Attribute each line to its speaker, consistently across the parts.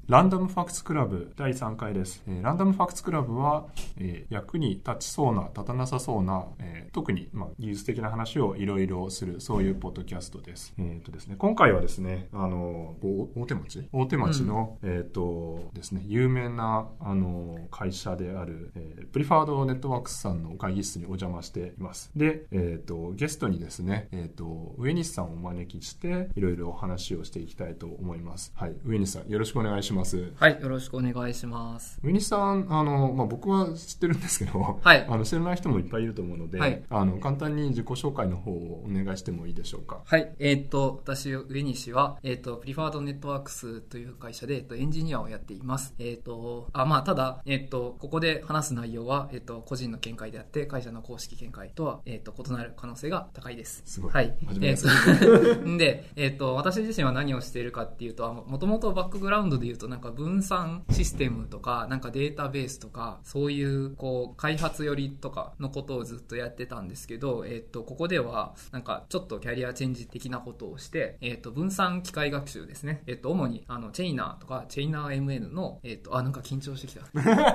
Speaker 1: ランダムファクツクラブ第3回です。ランダムファクツクラブは、役に立ちそうな、立たなさそうな、特に、技術的な話をいろいろする、そういうポッドキャストです。ですね、今回はですね、大手町の、ですね、有名な、会社である、プリファードネットワークスさんの会議室にお邪魔しています。で、ゲストにですね、上西さんをお招きして、いろいろお話をしていきたいと思います。はい、上西さん、よろしくお願いします。
Speaker 2: はい、よろしくお願いします。
Speaker 1: 上西さん、僕は知ってるんですけど、
Speaker 2: はい、
Speaker 1: 知らない人もいっぱいいると思うので、
Speaker 2: はい、
Speaker 1: 簡単に自己紹介の方をお願いしてもいいでしょうか。
Speaker 2: はい、私、上西は、プリファードネットワークスという会社で、エンジニアをやっています。ただ、ここで話す内容は、個人の見解であって、会社の公式見解とは、異なる可能性が高いです。
Speaker 1: すごい。
Speaker 2: はい。
Speaker 1: 真面目です
Speaker 2: で、私自身は何をしているかっていうと、もともとバックグラウンドで言うと、なんか分散システムとか、なんかデータベースとか、そういう、開発寄りとかのことをずっとやってたんですけど、ここでは、なんかちょっとキャリアチェンジ的なことをして、分散機械学習ですね。主に、チェイナーとか、チェイナー MN の、なんか緊張してきた。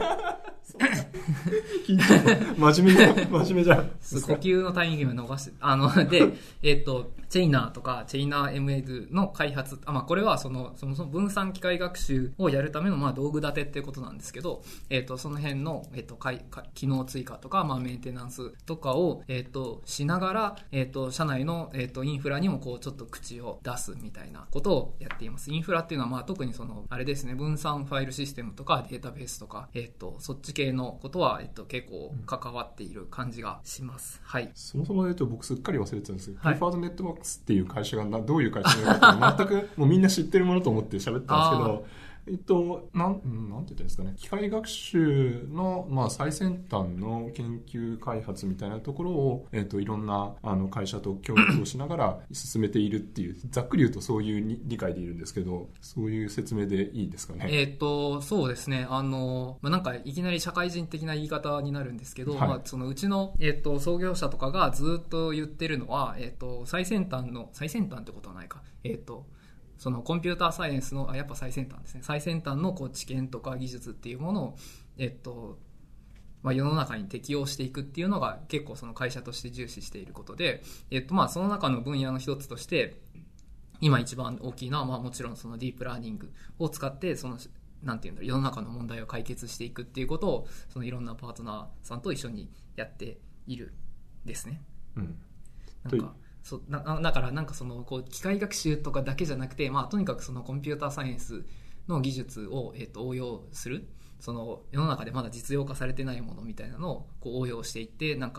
Speaker 1: 真面目じゃん。
Speaker 2: 呼吸のタイミングを逃して、で、チェイナーとか、チェイナー ML の開発、これはそもそも分散機械学習をやるための、道具立てっていうことなんですけど、その辺の、機能追加とか、メンテナンスとかを、しながら、社内の、インフラにもちょっと口を出すみたいなことをやっています。インフラっていうのは、特にあれですね、分散ファイルシステムとか、データベースとか、そっち系のことは、結構関わっている感じがします。はい。
Speaker 1: そもそも言うと僕すっかり忘れてたんですけど、プリファードネットワークスっていう会社がどういう会社なのか全くもうみんな知ってるものと思って喋ったんですけど、なんて言ったんですかね、機械学習の、最先端の研究開発みたいなところを、いろんな会社と協力をしながら進めているっていう、ざっくり言うとそういう理解でいるんですけど、そういう説明でいいですかね。
Speaker 2: そうですね。なんかいきなり社会人的な言い方になるんですけど、
Speaker 1: はい、
Speaker 2: うちの、創業者とかがずっと言ってるのは、最先端ってことはないか。そのコンピューターサイエンスのやっぱ最先端ですね。最先端の知見とか技術っていうものを、世の中に適用していくっていうのが結構その会社として重視していることで、その中の分野の一つとして今一番大きいのは、もちろんそのディープラーニングを使ってなんていうんだろう、世の中の問題を解決していくっていうことをいろんなパートナーさんと一緒にやっているですね。なんかだからなんか機械学習とかだけじゃなくて、とにかくコンピューターサイエンスの技術を、応用する、世の中でまだ実用化されてないものみたいなのを応用していって、なん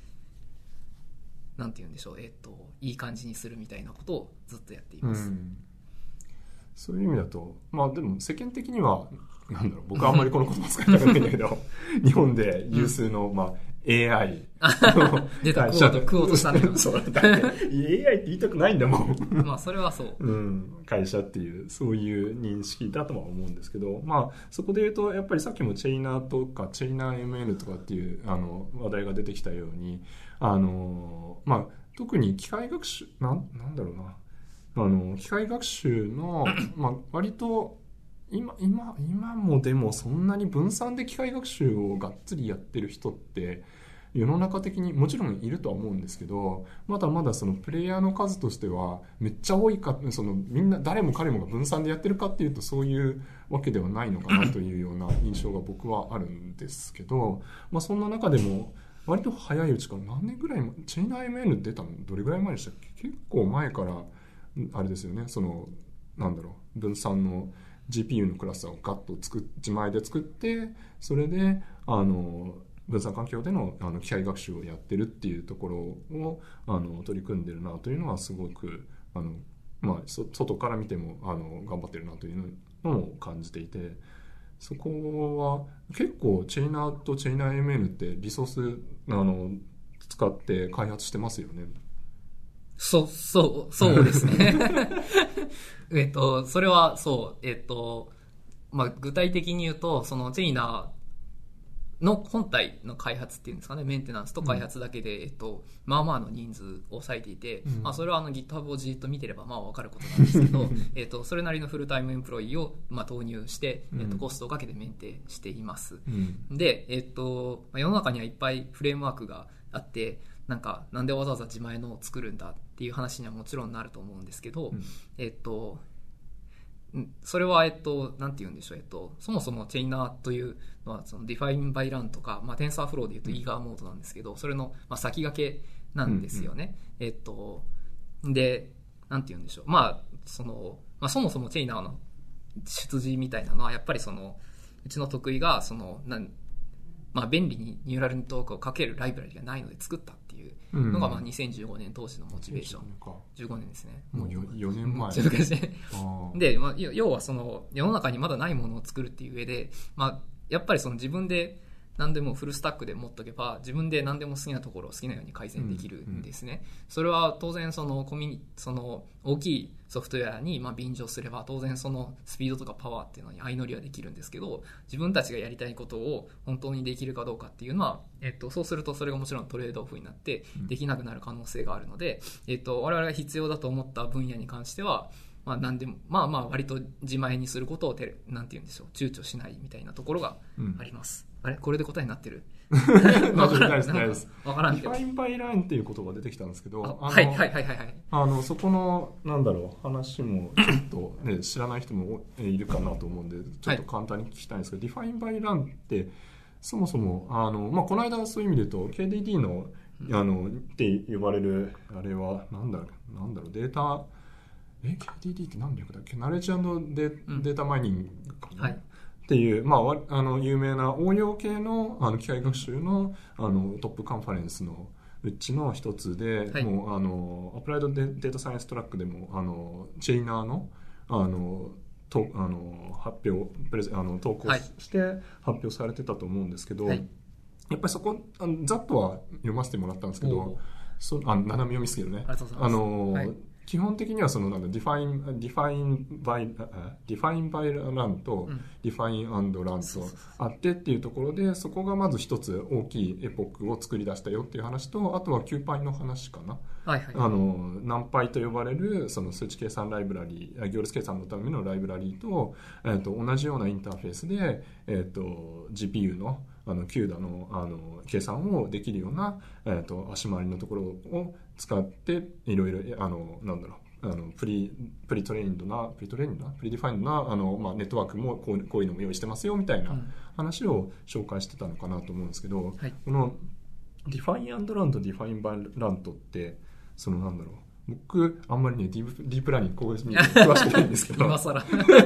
Speaker 2: て言うんでしょう、いい感じにするみたいなことをずっとやっています。
Speaker 1: そういう意味だと、でも世間的には僕はあんまりこの言葉使いたくないんだけど日本で有数の、AI
Speaker 2: 出た、食おうとしたんだよ。
Speaker 1: そうだね。AI って言いたくないんだもん。
Speaker 2: それはそう。
Speaker 1: 会社っていう、そういう認識だとは思うんですけど、そこで言うと、やっぱりさっきもチェイナーとか、チェイナー MN とかっていう、話題が出てきたように、特に機械学習、なんだろうな、機械学習の、割と、今もでもそんなに分散で機械学習をがっつりやってる人って世の中的にもちろんいるとは思うんですけど、まだまだそのプレイヤーの数としてはめっちゃ多いか、みんな誰も彼もが分散でやってるかっていうとそういうわけではないのかなというような印象が僕はあるんですけど、そんな中でも割と早いうちから何年ぐらいチェイナー MN 出たのどれぐらい前でしたっけ？結構前からあれですよね、分散のGPU のクラスターをガッと自前で作って、それで分散環境での機械学習をやってるっていうところを取り組んでるなというのはすごく外から見ても頑張ってるなというのも感じていて、そこは結構チェイナーとチェイナー MN ってリソース使って開発してますよね。
Speaker 2: そうですね。それはそう、具体的に言うと、チェイナーの本体の開発っていうんですかね、メンテナンスと開発だけで、まあまあの人数を割いていて、まあ、それはGitHub をじっと見てればまあ分かることなんですけどそれなりのフルタイムエンプロイーをまあ投入して、コストをかけてメンテしています、で、世の中にはいっぱいフレームワークがあって、なんでわざわざ自前のを作るんだっていう話にはもちろんなると思うんですけど、それは、なんて言うんでしょう、そもそもチェイナーというのは、その Define by Run とか、まあ、TensorFlow で言うと Eager モードなんですけど、それの、まあ、先駆けなんですよね。で、なんて言うんでしょう、まあ、そもそもチェイナーの出自みたいなのは、やっぱりうちの得意が、まあ、便利にニューラルネットワークをかけるライブラリがないので作ったっていうのが、まあ、2015年当時のモチベーション。15年ですね。
Speaker 1: もう4年前。
Speaker 2: で、まあ、要は世の中にまだないものを作るっていう上で、まあ、やっぱり自分で何でもフルスタックで持っとけば、自分で何でも好きなところを好きなように改善できるんですね。それは当然大きいソフトウェアにまあ便乗すれば、当然スピードとかパワーっていうのに相乗りはできるんですけど、自分たちがやりたいことを本当にできるかどうかっていうのは、そうするとそれがもちろんトレードオフになってできなくなる可能性があるので、我々が必要だと思った分野に関しては、まあ、何でもまあまあ割と自前にすることをなんて言うんでしょう、躊躇しないみたいなところがあります、あれこれで答えになってる
Speaker 1: わからないです。
Speaker 2: わからんけど。
Speaker 1: Define by Run っていう言葉が出てきたんですけど、そこの話もちょっと、ね、知らない人もいるかなと思うんで、ちょっと簡単に聞きたいんですけど、Define by Run ってそもそもまあ、この間そういう意味で言うと KDD のって呼ばれるあれはなんだろうデータKDD って何略だっけ、ナレッジ&データマイニングかな、っていう、まあ、有名な応用系の機械学習のトップカンファレンスのうちの一つで、もうアプライドデータサイエンストラックでもチェイナーの発表投稿して発表されてたと思うんですけど、やっぱりそこざっとは読ませてもらったんですけど、斜め読みですけどね、基本的にはDefine by Run と Define and Run とあってっていうところで、そこがまず一つ大きいエポックを作り出したよっていう話と、あとは 9π の話かな、NumPy と呼ばれる数値計算ライブラリー、行列計算のためのライブラリーと、同じようなインターフェースで、GPU のCUDA の計算をできるような、足回りのところを使っていろいろプリディファインドなまあ、ネットワークもこういうのも用意してますよみたいな話を紹介してたのかなと思うんですけど、この Define and Run と Define by Run って僕あんまりねディープラーニング詳しくないんですけど
Speaker 2: 今更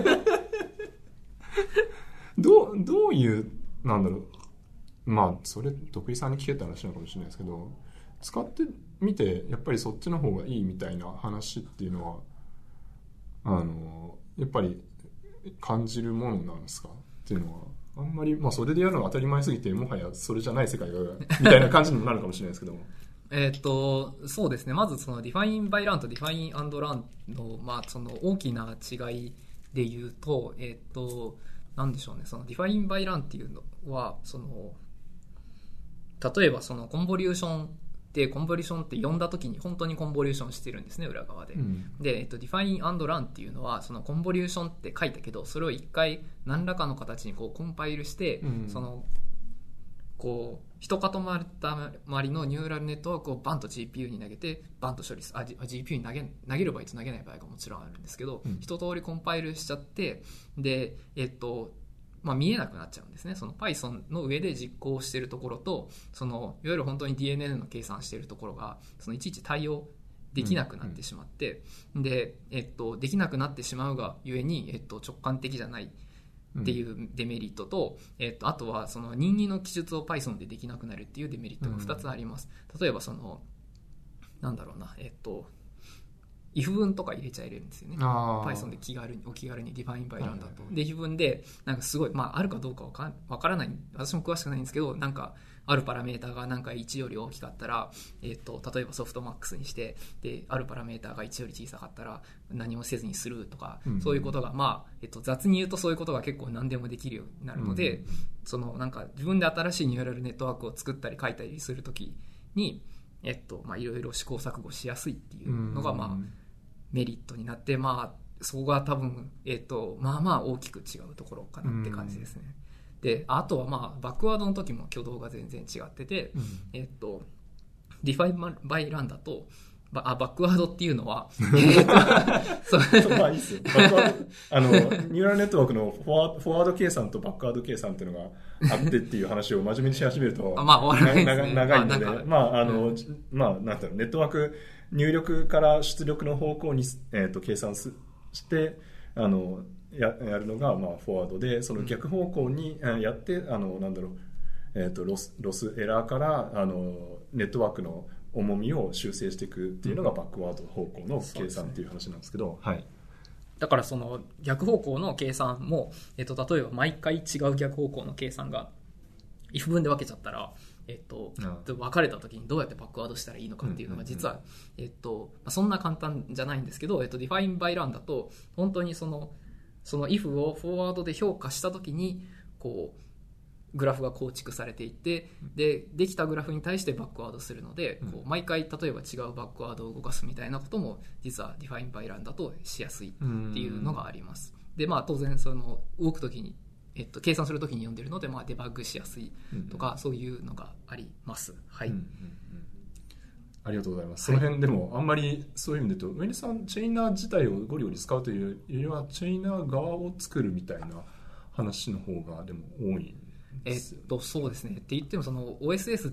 Speaker 1: どういうまあそれ得意さんに聞けた話なのかもしれないですけど、使ってみてやっぱりそっちの方がいいみたいな話っていうのはやっぱり感じるものなんですかっていうのは、あんまり、まあ、それでやるのが当たり前すぎてもはやそれじゃない世界がみたいな感じになるかもしれないですけども
Speaker 2: そうですね、まずDefine by Run と Define and Run の、まあ、大きな違いで言うと、なんでしょうね、Define by Runっていうのは例えばコンボリューションって呼んだ時に本当にコンボリューションしてるんですね、裏側で、で、Define and Run っていうのはコンボリューションって書いたけど、それを一回何らかの形にコンパイルして、一塊のニューラルネットワークをバンと GPU に投げてバンと処理する、GPU に投げる場合と投げない場合がもちろんあるんですけど、一通りコンパイルしちゃって、でまあ、見えなくなっちゃうんですね。Python の上で実行しているところと、いわゆる本当に DNN の計算しているところがいちいち対応できなくなってしまって、できなくなってしまうがゆえに、直感的じゃないっていうデメリットと、あとは任意の記述を Python でできなくなるっていうデメリットが2つあります。例えばなんだろうな、if 文とか入れちゃえるんですよね。Python でお気軽に Define by Run だと。で、if 文で、すごい、まあ、あるかどうかわからない、私も詳しくないんですけど、 あるパラメータがなんか1より大きかったら、例えばソフトマックスにして、であるパラメータが1より小さかったら何もせずにスルーとか、そういうことが、雑に言うとそういうことが結構何でもできるようになるので、なんか自分で新しいニューラルネットワークを作ったり書いたりするときに、いろいろ試行錯誤しやすいっていうのがメリットになって、そこが多分、大きく違うところかなって感じですね。で、あとはバックワードの時も挙動が全然違ってて、define by lambda とバックワードっていうのは、
Speaker 1: いいですよ。バックワード、ニューラルネットワークのフォワード計算とバックワード計算っていうのがあってっていう話を真面目にし始めると、
Speaker 2: 終わらないですね。
Speaker 1: 長いので、なんだろう、ネットワーク入力から出力の方向に、計算して、やるのが、フォワードで、その逆方向にやって、ロスエラーから、ネットワークの重みを修正していくっていうのがバックワード方向の計算っていう話なんですけど、はい。
Speaker 2: だからその逆方向の計算も、例えば毎回違う逆方向の計算が if 分で分けちゃったら、分かれた時にどうやってバックワードしたらいいのかっていうのが実は、そんな簡単じゃないんですけど、define by lambda だと本当にその if をフォワードで評価した時にこうグラフが構築されていって、できたグラフに対してバックワードするので、こう毎回例えば違うバックワードを動かすみたいなことも実は define by lambda だとしやすいっていうのがあります。で、当然動く時に、計算する時に読んでるので、デバッグしやすいとか、そういうのがあります。はい。
Speaker 1: ありがとうございます。その辺でもあんまりそういう意味で言うと、上根さんチェイナー自体をゴリゴリ使うというよりはチェイナー側を作るみたいな話の方がでも多い。
Speaker 2: そうですね。って言ってもOSS って、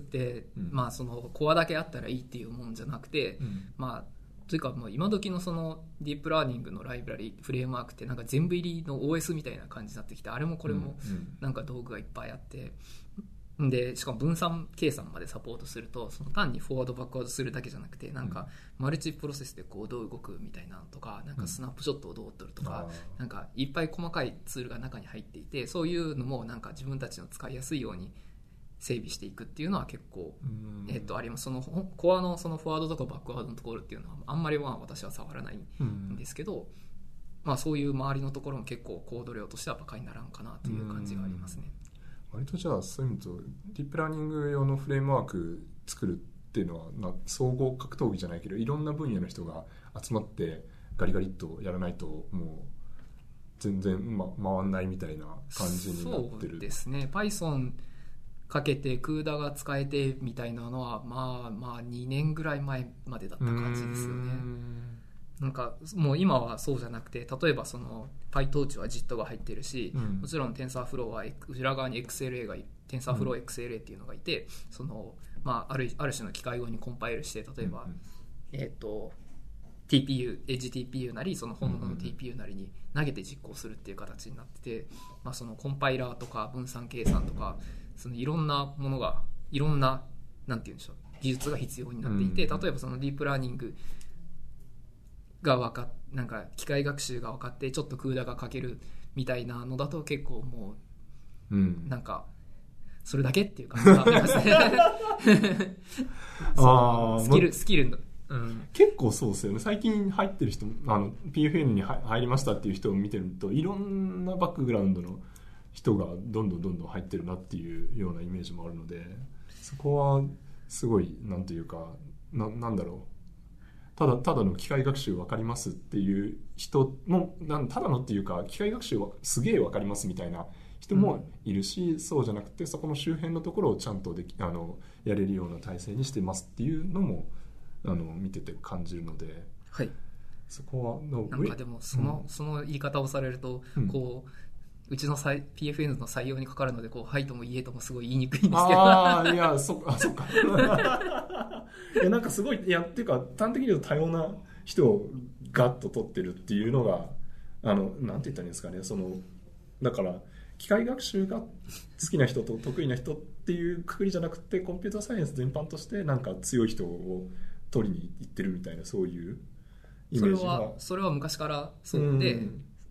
Speaker 2: そのコアだけあったらいいっていうもんじゃなくて、というかもう今時のディープラーニングのライブラリフレームワークってなんか全部入りの OS みたいな感じになってきて、あれもこれもなんか道具がいっぱいあって、でしかも分散計算までサポートすると、単にフォワードバックワードするだけじゃなくて、なんかマルチプロセスでこうどう動くみたいなのとか、なんかスナップショットをどう撮るとか、なんかいっぱい細かいツールが中に入っていて、そういうのもなんか自分たちの使いやすいように整備していくっていうのは結構、あります。コアのフォワードとかバックワードのところっていうのはあんまり私は触らないんですけど、そういう周りのところも結構コード量としてはバカにならんかなという感じがありますね。
Speaker 1: 割とじゃあそういう意味とディープラーニング用のフレームワーク作るっていうのは、総合格闘技じゃないけどいろんな分野の人が集まってガリガリっとやらないともう全然、回んないみたいな感じになってる。
Speaker 2: そうですね。 Python かけて CUDA が使えてみたいなのは2年ぐらい前までだった感じですよね。なんかもう今はそうじゃなくて、例えばPyTorch は JIT が入ってるし、もちろん TensorFlow は裏側に XLA が TensorFlow XLA っていうのがいて、ある種の機械語にコンパイルして、例えば、TPU エッジ TPU なり本物の TPU なりに投げて実行するっていう形になってて、コンパイラーとか分散計算とかいろんなものがいろんななんて言うんでしょう、技術が必要になっていて、例えばディープラーニングがなんか機械学習が分かってちょっとCUDAが書けるみたいなのだと結構もう、なんかそれだけっていう感じがありますね。スキルの、
Speaker 1: 結構そうですよね。最近入ってる人、PFN に入りましたっていう人を見てるといろんなバックグラウンドの人がどんどん入ってるなっていうようなイメージもあるので、そこはすごいなんていうかなんだろう、ただの機械学習分かりますっていう人もただのっていうか機械学習はすげえ分かりますみたいな人もいるし、そうじゃなくてそこの周辺のところをちゃんとやれるような体制にしてますっていうのも見てて感じるので、
Speaker 2: はい、
Speaker 1: そこは
Speaker 2: なんかでもその言い方をされると、うちのPFN の採用にかかるのではいともいえともすごい言いにくいんですけど、
Speaker 1: いやそっかいやなんかすごいっていうか端的に言うと多様な人をガッと取ってるっていうのがなんて言ったらいいんですかね、だから機械学習が好きな人と得意な人っていうくくりじゃなくて、コンピューターサイエンス全般としてなんか強い人を取りに行ってるみたいな、そういうイメージが
Speaker 2: それは昔からそうで、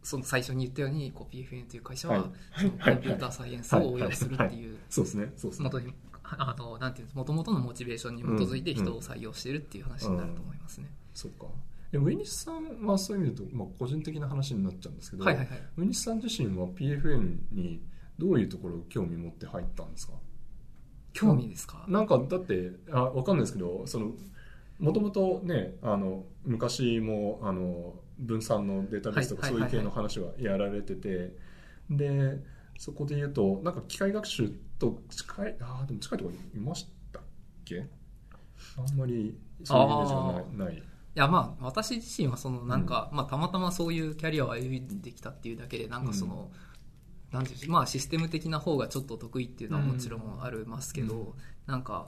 Speaker 2: その最初に言ったようにこう PFN という会社は、
Speaker 1: はい
Speaker 2: そのコンピューターサイエンスを応用するっていう
Speaker 1: そうですねそうですね。
Speaker 2: 元になんていうんです元々のモチベーションに基づいて人を採用しているっていう話になると思いますね。
Speaker 1: そうか。上西さんはそういう意味で言うと、まあ、個人的な話になっちゃうんですけど、
Speaker 2: はいはいはい。
Speaker 1: 上西さん自身は PFN にどういうところを興味持って入ったんですか？
Speaker 2: 興味ですか？
Speaker 1: なんかだってわかんないですけど、もともとね昔も分散のデータベースとかそういう系の話はやられてて、でそこで言うとなんか機械学習と近いでも近いところにいましたっけ？あんまりそういうイメージがない。
Speaker 2: いやまあ私自身はなんか、まあ、たまたまそういうキャリアを歩んできたっていうだけでなんかなんていうまあシステム的な方がちょっと得意っていうのはもちろんありますけど、なんか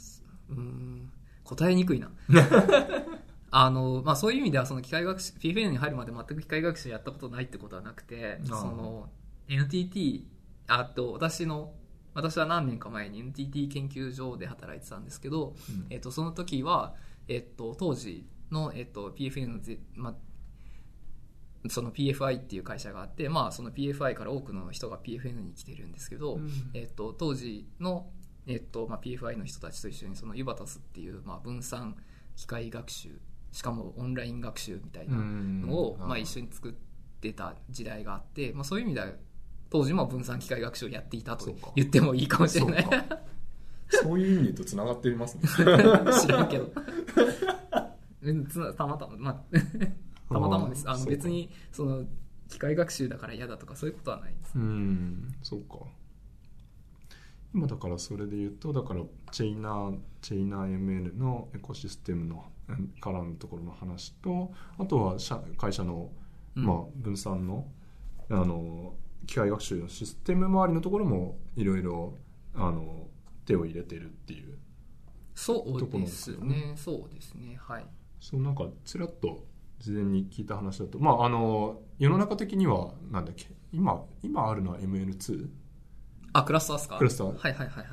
Speaker 2: 答えにくいなまあ、そういう意味では機械学習 PFN に入るまで全く機械学習やったことないってことはなくて、NTT 私は何年か前に NTT 研究所で働いてたんですけど、その時は、当時の、PFN のその PFI っていう会社があって、まあ、その PFI から多くの人が PFN に来てるんですけど、当時の、まあ、PFI の人たちと一緒にその UBATAS っていう、まあ、分散機械学習しかもオンライン学習みたいなのを、まあ、一緒に作ってた時代があって、まあ、そういう意味では当時も分散機械学習をやっていたと言ってもいいかもしれない。
Speaker 1: そういう意味でとつながっていますね。
Speaker 2: 知らんけどたまたま、まあ、たまたまです。別に機械学習だから嫌だとかそういうことはないです。
Speaker 1: そうか。今だからそれで言うとだからチェイナー ML のエコシステムの絡むところの話と、あとは会社の、まあ、分散の機械学習のシステム周りのところもいろいろ手を入れてるっていうところですよね。
Speaker 2: そうですね。はい。
Speaker 1: なんかちらっと事前に聞いた話だと、まあ世の中的にはなんだっけ今あるのは ML2。
Speaker 2: クラスターですか？
Speaker 1: クラスター。
Speaker 2: はいはいはいはい。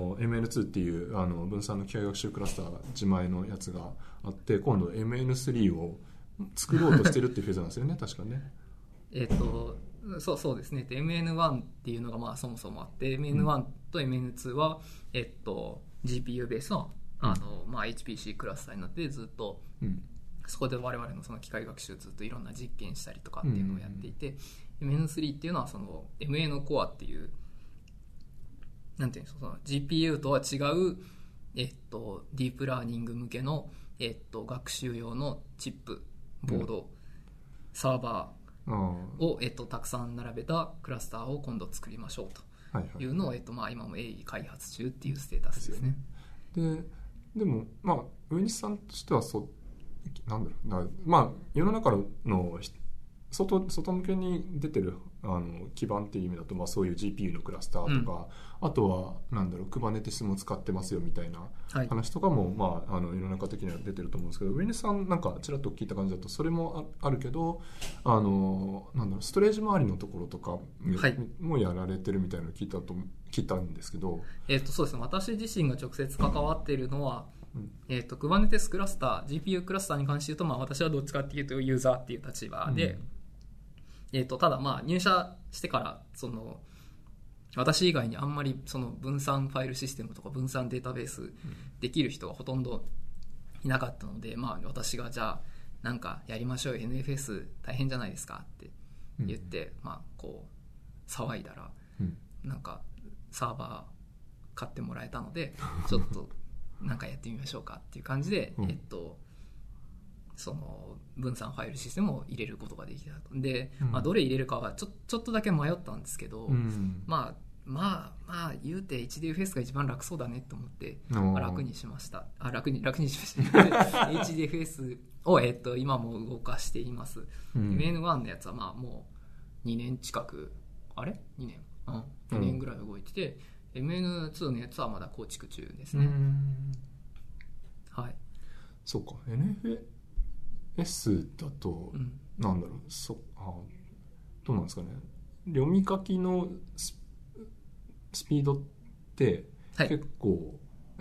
Speaker 1: ML2 っていう分散の機械学習クラスター自前のやつがあって、今度 MN3 を作ろうとしてるっていうフェーズなんですよね。確かね。
Speaker 2: そうですね。MN1 っていうのがまあそもそもあって、MN1 と MN2 は、GPU ベースの、まあ、HPC クラスターになってずっと、そこで我々のその機械学習ずっといろんな実験したりとかっていうのをやっていて、MN3 っていうのはMA のコアっていうなんていうんですか、その GPU とは違う、ディープラーニング向けの、学習用のチップボード、サーバーを、たくさん並べたクラスターを今度作りましょうというのを、まあ、今も鋭意開発中っていうステータスですね。
Speaker 1: でも、まあ、上西さんとしてはなんだろうまあ、世の中の外向けに出てる基盤っていう意味だと、まあ、そういう GPU のクラスターとか、あとはなんだろう Kubernetes も使ってますよみたいな話とかも、まあ、世の中的には出てると思うんですけど、上西さんなんかちらっと聞いた感じだとそれも あるけどなんだろうストレージ周りのところとかもやられてるみたいなのを聞いたんですけど、
Speaker 2: そうですね、私自身が直接関わっているのはKubernetes クラスター GPU クラスターに関して言うと、まあ、私はどっちかっていうとユーザーっていう立場で、ただまあ入社してから私以外にあんまり分散ファイルシステムとか分散データベースできる人がほとんどいなかったので、まあ、私がじゃあなんかやりましょう NFS 大変じゃないですかって言って、まあ、こう騒いだら、なんかサーバー買ってもらえたのでちょっとなんかやってみましょうかっていう感じで、その分散ファイルシステムを入れることができたと。で、まあ、どれ入れるかはちょっとだけ迷ったんですけど、まあ言うて HDFS が一番楽そうだねと思って楽にしました。楽にしました。HDFS を、今も動かしています。MN1 のやつはまあもう2年近く2年ぐらい動いてて、MN2 のやつはまだ構築中ですね。はい。
Speaker 1: そうか。NFS だと、なんだろう、どうなんですかね。読み書きのスピードって結構、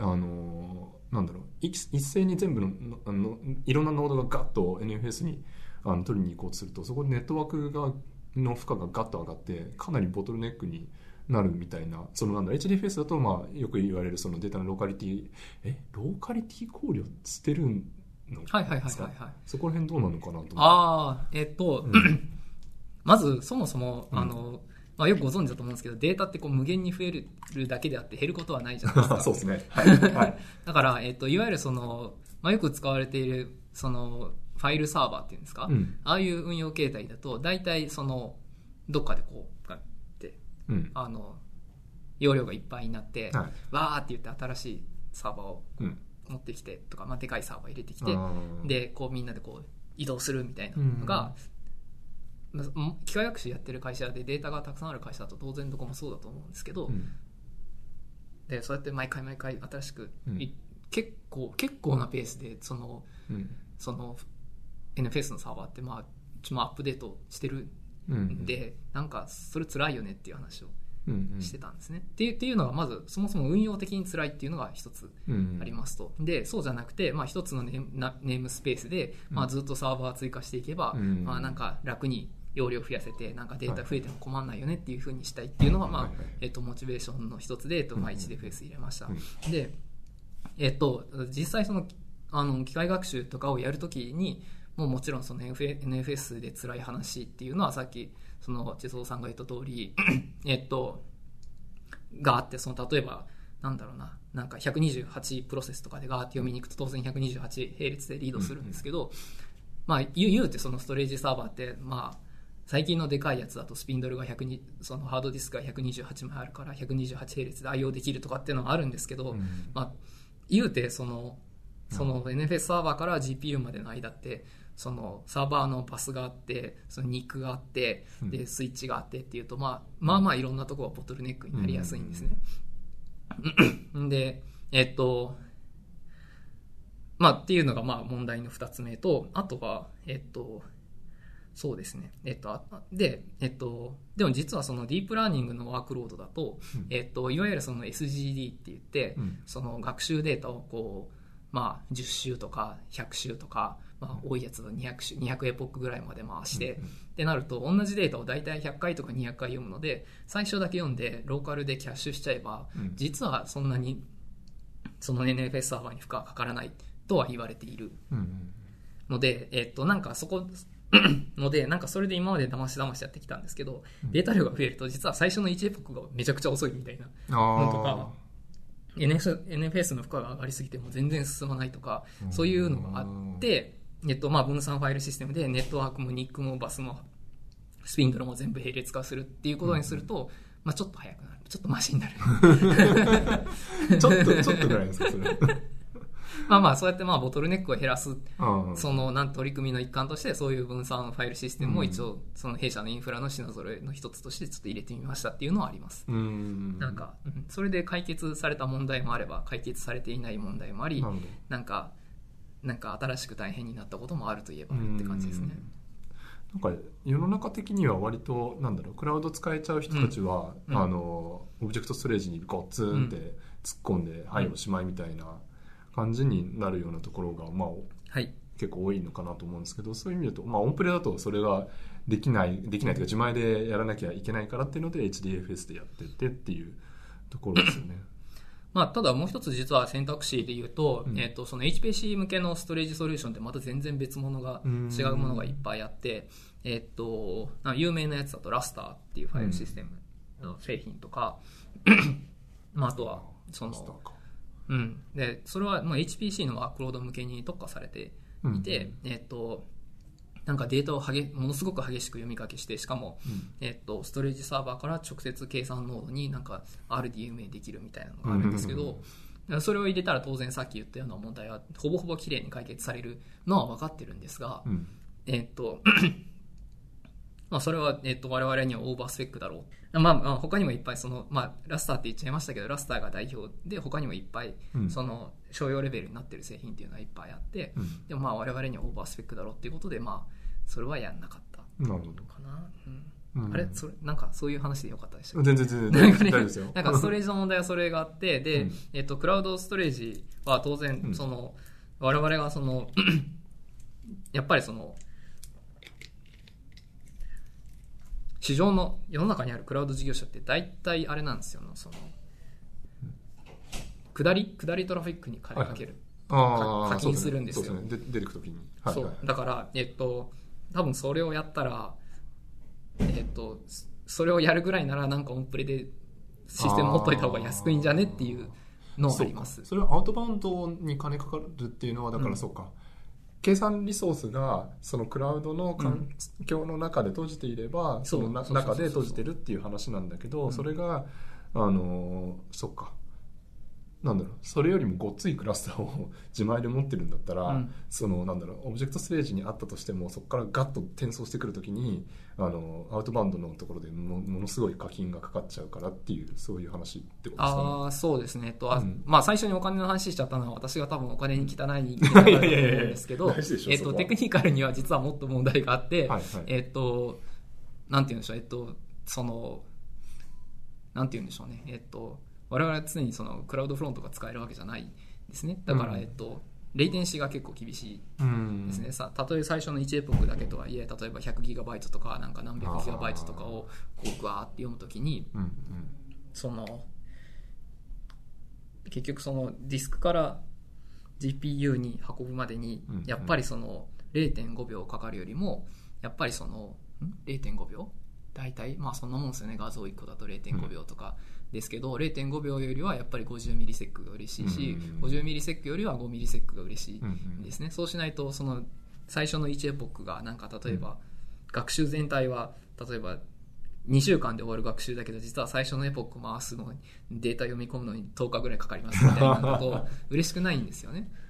Speaker 1: なんだろう、一斉に全部のいろんなノードがガッと NFS に取りに行こうとすると、そこでネットワークの負荷がガッと上がってかなりボトルネックになるみたいな、そのなんだ HDFS だとまあよく言われるそのデータのローカリティ考慮してるのですか？
Speaker 2: はいはいはいはいはい。
Speaker 1: そこら辺どうなのかなと思って。
Speaker 2: まずそもそもまあ、よくご存知だと思うんですけど、データってこう無限に増えるだけであって減ることはないじゃないですか。
Speaker 1: そうですね。はい。はい、
Speaker 2: だから、いわゆるその、まあ、よく使われているそのファイルサーバーっていうんですか、ああいう運用形態だと大体そのどっかでこうガッて、容量がいっぱいになって、
Speaker 1: はい、
Speaker 2: わーって言って新しいサーバーを持ってきてとか、まあ、でかいサーバー入れてきて、でこうみんなでこう移動するみたいなのが、機械学習やってる会社でデータがたくさんある会社だと当然どこもそうだと思うんですけど、でそうやって毎回新しく、結構なペースでその NFS のサーバーってまあアップデートしてるんで、なんかそれ辛いよねっていう話をしてたんですね、っていうのがまずそもそも運用的に辛いっていうのが一つありますと。でそうじゃなくて、まあ、一つのネームスペースで、まあ、ずっとサーバー追加していけば、まあ、なんか楽に容量増やせてなんかデータ増えても困らないよねっていう風にしたいっていうのが、まあモチベーションの一つで、まあ、1DFS 入れました。で、実際その機械学習とかをやるときにもちろんその NFS で辛い話っていうのはさっきその地蔵さんが言った通りがあって、その例えばなんだろうな、なんか128プロセスとかでガーって読みに行くと当然128並列でリードするんですけど、まあ言うてそのストレージサーバーってまあ最近のでかいやつだとスピンドルがそのハードディスクが128枚あるから128並列で IO できるとかっていうのがあるんですけど、まあ言うてその NFS サーバーから GPU までの間ってそのサーバーのバスがあってそのニックがあってでスイッチがあってっていうと、まあいろんなところがボトルネックになりやすいんですね。でまあっていうのがまあ問題の2つ目と、あとはそうですね。でも実はそのディープラーニングのワークロードだと、いわゆるその SGD って言って、その学習データをこう、まあ10週とか100週とか、まあ多いやつだと200エポックぐらいまで回して、ってなると同じデータを大体100回とか200回読むので、最初だけ読んでローカルでキャッシュしちゃえば、実はそんなにその NFS サーバーに負荷がかからないとは言われているので、なんかそこのでなんかそれで今まで騙しやってきたんですけど、データ量が増えると実は最初の1エポックがめちゃくちゃ遅いみたいなのとか、NFS の負荷が上がりすぎても全然進まないとか、そういうのがあって、まあ分散ファイルシステムでネットワークもニックもバスもスピンドルも全部並列化するっていうことにすると、まあ、ちょっと早くなる、ちょっとマシになる
Speaker 1: ちょっとぐらいですかそれ
Speaker 2: まあそうやってまあボトルネックを減らすその取り組みの一環としてそういう分散ファイルシステムも一応その弊社のインフラの品揃えの一つとしてちょっと入れてみましたっていうのはあります。なんかそれで解決された問題もあれば解決されていない問題もあり、なんか新しく大変になったこともあるといえばって感じですね。
Speaker 1: なんか世の中的には割とクラウド使えちゃう人たちは、オブジェクトストレージにゴッツンって突っ込んで、はいおしまいみたいな感じになるようなところが、まあ結構多いのかなと思うんですけど、そういう意味だと、まあ、オンプレだとそれができないというか自前でやらなきゃいけないからっていうので HDFS でやっててっていうところですよね。
Speaker 2: まあ、ただもう一つ実は選択肢で言うと、その HPC 向けのストレージソリューションってまた全然別物が違うものがいっぱいあって、有名なやつだとラスターっていうファイルシステムの製品とか、まあ、あとはそのでそれはまあ HPC のワークロード向けに特化されていて、なんかデータをものすごく激しく読み書きして、しかも、ストレージサーバーから直接計算ノードになんか RDMA できるみたいなのがあるんですけど、それを入れたら当然さっき言ったような問題はほぼほぼきれいに解決されるのは分かってるんですが、まあそれは、我々にはオーバースペックだろう。まあ他にもいっぱいラスターって言っちゃいましたけど、ラスターが代表で他にもいっぱいその商用レベルになってる製品っていうのはいっぱいあって、でもまあ我々にはオーバースペックだろうっていうことで、まあそれはやんなかったかな。あれそれなんかそういう話でよかったでしたっけ？
Speaker 1: 全然大丈夫ですよ。
Speaker 2: なんかストレージの問題はそれがあって、で、クラウドストレージは当然その、我々がそのやっぱりその市場の世の中にあるクラウド事業者って大体あれなんですよ、その下りトラフィックに金かける、課金するんですよ。
Speaker 1: そうですね、出てくときに、
Speaker 2: そうだから多分それをやったらそれをやるぐらいならなんかオンプレでシステム持っといた方が安くいいんじゃねっていうのはあります。
Speaker 1: それはアウトバウンドに金かかるっていうのはだからそうか、計算リソースがそのクラウドの環境の中で閉じていれば、その中で閉じてるっていう話なんだけど、それがそっか、なんだろう、それよりもごっついクラスターを自前で持ってるんだったら、そのなんだろう、オブジェクトストレージにあったとしてもそこからガッと転送してくるときにアウトバウンドのところでものすごい課金がかかっちゃうからっていう、そういう話ってことですかね。
Speaker 2: そうですね。まあ最初にお金の話しちゃったのは私が多分お金に汚い人間だと思うんですけど、テクニカルには実はもっと問題があって、なんて言うんでしょう、そのなんて言うんでしょうね、我々は常にそのクラウドフロントが使えるわけじゃないですね。だから、レイテンシーが結構厳しいですね。たとえ最初の1エポックだけとはいえ、例えば 100GB とかなんか何百 GB とかをこうグワーって読むときに、その結局そのディスクから GPU に運ぶまでにやっぱりその 0.5 秒かかるよりも、やっぱりその 0.5 秒大体まあそんなもんですよね。画像1個だと 0.5 秒とかですけど、0.5 秒よりはやっぱり50ミリセックが嬉しいし、50ミリセックよりは5ミリセックが嬉しいんですね。そうしないとその最初の1エポックがなんか例えば学習全体は例えば2週間で終わる学習だけど、実は最初のエポック回すのにデータ読み込むのに10日ぐらいかかりますみたいなのと嬉しくないんですよね。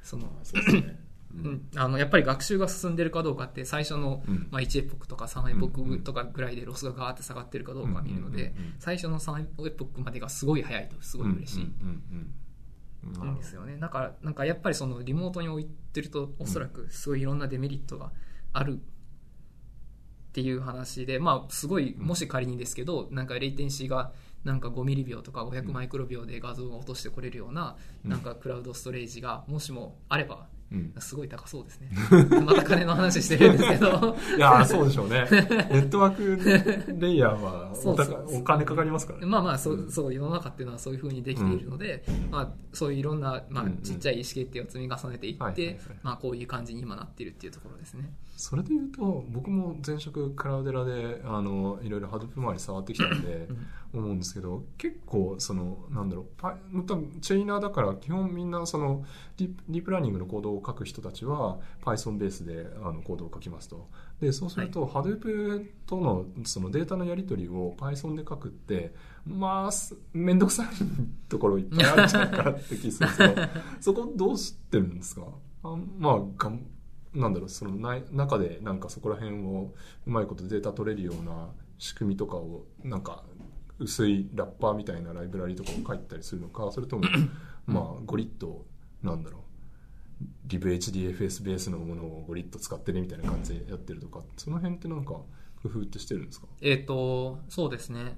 Speaker 2: やっぱり学習が進んでるかどうかって最初の、1エポックとか3エポックとかぐらいでロスがガーって下がってるかどうか見るので、最初の3エポックまでがすごい早いとすごい嬉しいんですよね。だからなんかやっぱりそのリモートに置いてるとおそらくすごいいろんなデメリットがあるっていう話で、まあすごいもし仮にですけど、なんかレイテンシーがなんか5ミリ秒とか500マイクロ秒で画像を落としてこれるようななんかクラウドストレージがもしもあれば、すごい高そうですね。また金の話してるんですけど
Speaker 1: いやそうでしょうね。ネットワークレイヤーはお金かかりますからね。
Speaker 2: まあまあそう世の中っていうのはそういう風にできているので、そういういろんな、ちっちゃい意思決定を積み重ねていって、こういう感じに今なっているっていうところですね。そ
Speaker 1: れでいうと僕も前職クラウデラでいろいろハドープ周り触ってきたんで思うんですけど、結構そのなんだろう、多分チェイナーだから基本みんなそのディープラーニングのコードを書く人たちは Python ベースでコードを書きますと。でそうすると、Hadoop とのそのデータのやり取りを Python で書くってめんどくさいところいっぱいあるんじゃないかなって気するんですけどそこどうしてるんですか？なんだろう、その中でなんかそこら辺をうまいことデータ取れるような仕組みとかをなんか薄いラッパーみたいなライブラリとかを書いたりするのか、それともゴリッとなんだろうlibhdfs ベースのものをゴリッと使ってねみたいな感じでやってるとか、その辺ってなんか工夫ってしてるんですか？
Speaker 2: そうですね。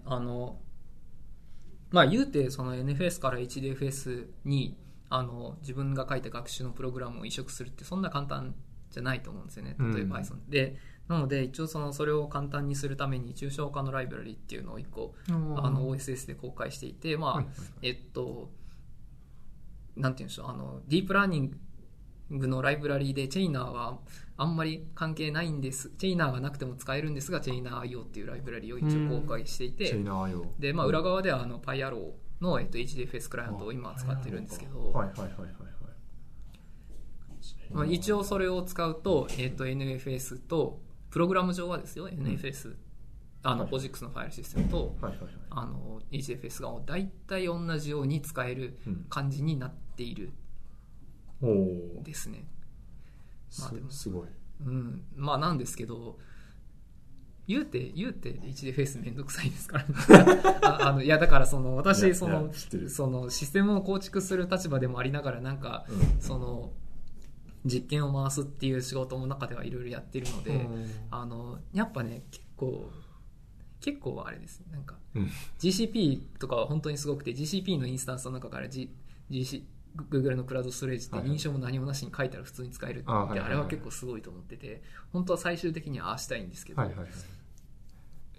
Speaker 2: 言うてその NFS から HDFS に自分が書いた学習のプログラムを移植するってそんな簡単じゃないと思うんですよね。例えば Python で、なので一応それを簡単にするために抽象化のライブラリっていうのを1個OSS で公開していて、なんていうんでしょう、ディープラーニングのライブラリでチェイナーはあんまり関係ないんです。チェイナーがなくても使えるんですが、チェイナー IO っていうライブラリを一応公開していて、で、裏側ではPyArrow の、HDFS クライアントを今使ってるんですけど、一応それを使うと、NFS とプログラム上はですよ、NFS POSIX のファイルシステムと、HDFS が大体同じように使える感じになっているですね。
Speaker 1: すごい。
Speaker 2: なんですけど、言うて HDFS めんどくさいですからねいやだから私そのシステムを構築する立場でもありながら、なんかその実験を回すっていう仕事の中ではいろいろやってるので、やっぱね結構あれですね、なんか GCP とかは本当にすごくて、 GCP のインスタンスの中から、Google のクラウドストレージって認証も何もなしに書いたら普通に使えるって、あれは結構すごいと思ってて、本当は最終的にはああしたいんですけど、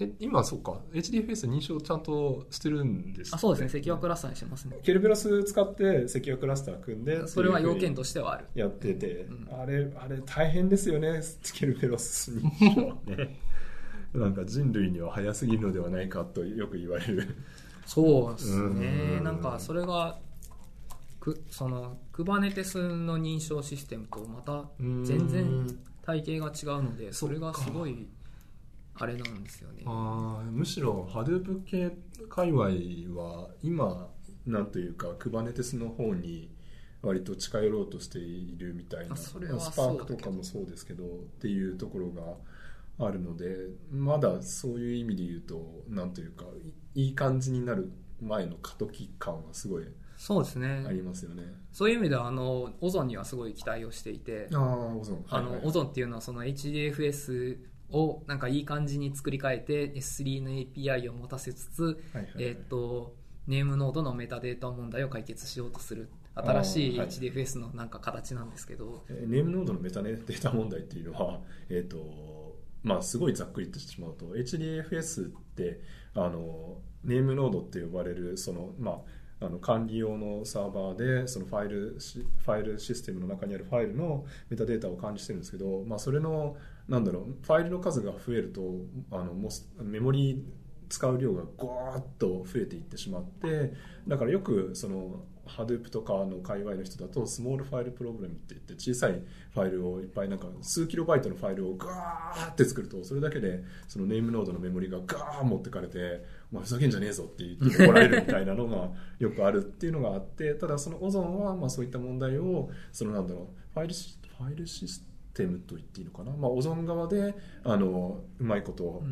Speaker 1: 今そうか HDFS 認証ちゃんとしてるんです、
Speaker 2: あ、そうですね、積和クラスターにしてますね。
Speaker 1: ケルベロス使って積和クラスター組んで
Speaker 2: それは要件としてはある
Speaker 1: やってて、
Speaker 2: うん
Speaker 1: あれ大変ですよね、ケルベロス認証はねなんか人類には早すぎるのではないかとよく言われる。
Speaker 2: そうですね、なんかそれがその Kubernetes の認証システムとまた全然体系が違うので、それがすごいあれなんですよね。
Speaker 1: むしろ Hadoop 系界隈は今なんというか Kubernetes の方に割と近寄ろうとしているみたいな、
Speaker 2: それは
Speaker 1: スパークとかもそうですけどっていうところがあるので、まだそういう意味で言うとなんというかいい感じになる前の過渡期感はすごい
Speaker 2: そうですね、
Speaker 1: ありますよね。
Speaker 2: そういう意味ではオゾンにはすごい期待をしていて、
Speaker 1: オゾン、
Speaker 2: オゾンっていうのはその HDFS をなんかいい感じに作り変えて S3 の API を持たせつつ、ネームノードのメタデータ問題を解決しようとする新しい HDFS のなんか形なんですけど、
Speaker 1: ネームノードのメタデータ問題っていうのは、まあ、すごいざっくりとしてしまうと HDFS ってネームノードって呼ばれるその、まあ、管理用のサーバーでそのファイルシステムの中にあるファイルのメタデータを管理してるんですけど、まあ、それのなんだろう、ファイルの数が増えるとメモリー使う量がゴーッと増えていってしまって、だからよくそのHadoop とかの界隈の人だとスモールファイルプログラムって言って小さいファイルをいっぱいなんか数キロバイトのファイルをガーって作るとそれだけでそのネームノードのメモリがガー持ってかれてお前ふざけんじゃねえぞって言って怒られるみたいなのがよくあるっていうのがあって、ただその Ozone はまあそういった問題をそのなんだろうファイルシステムと言っていいのかな、まあ、Ozone 側でうまいこと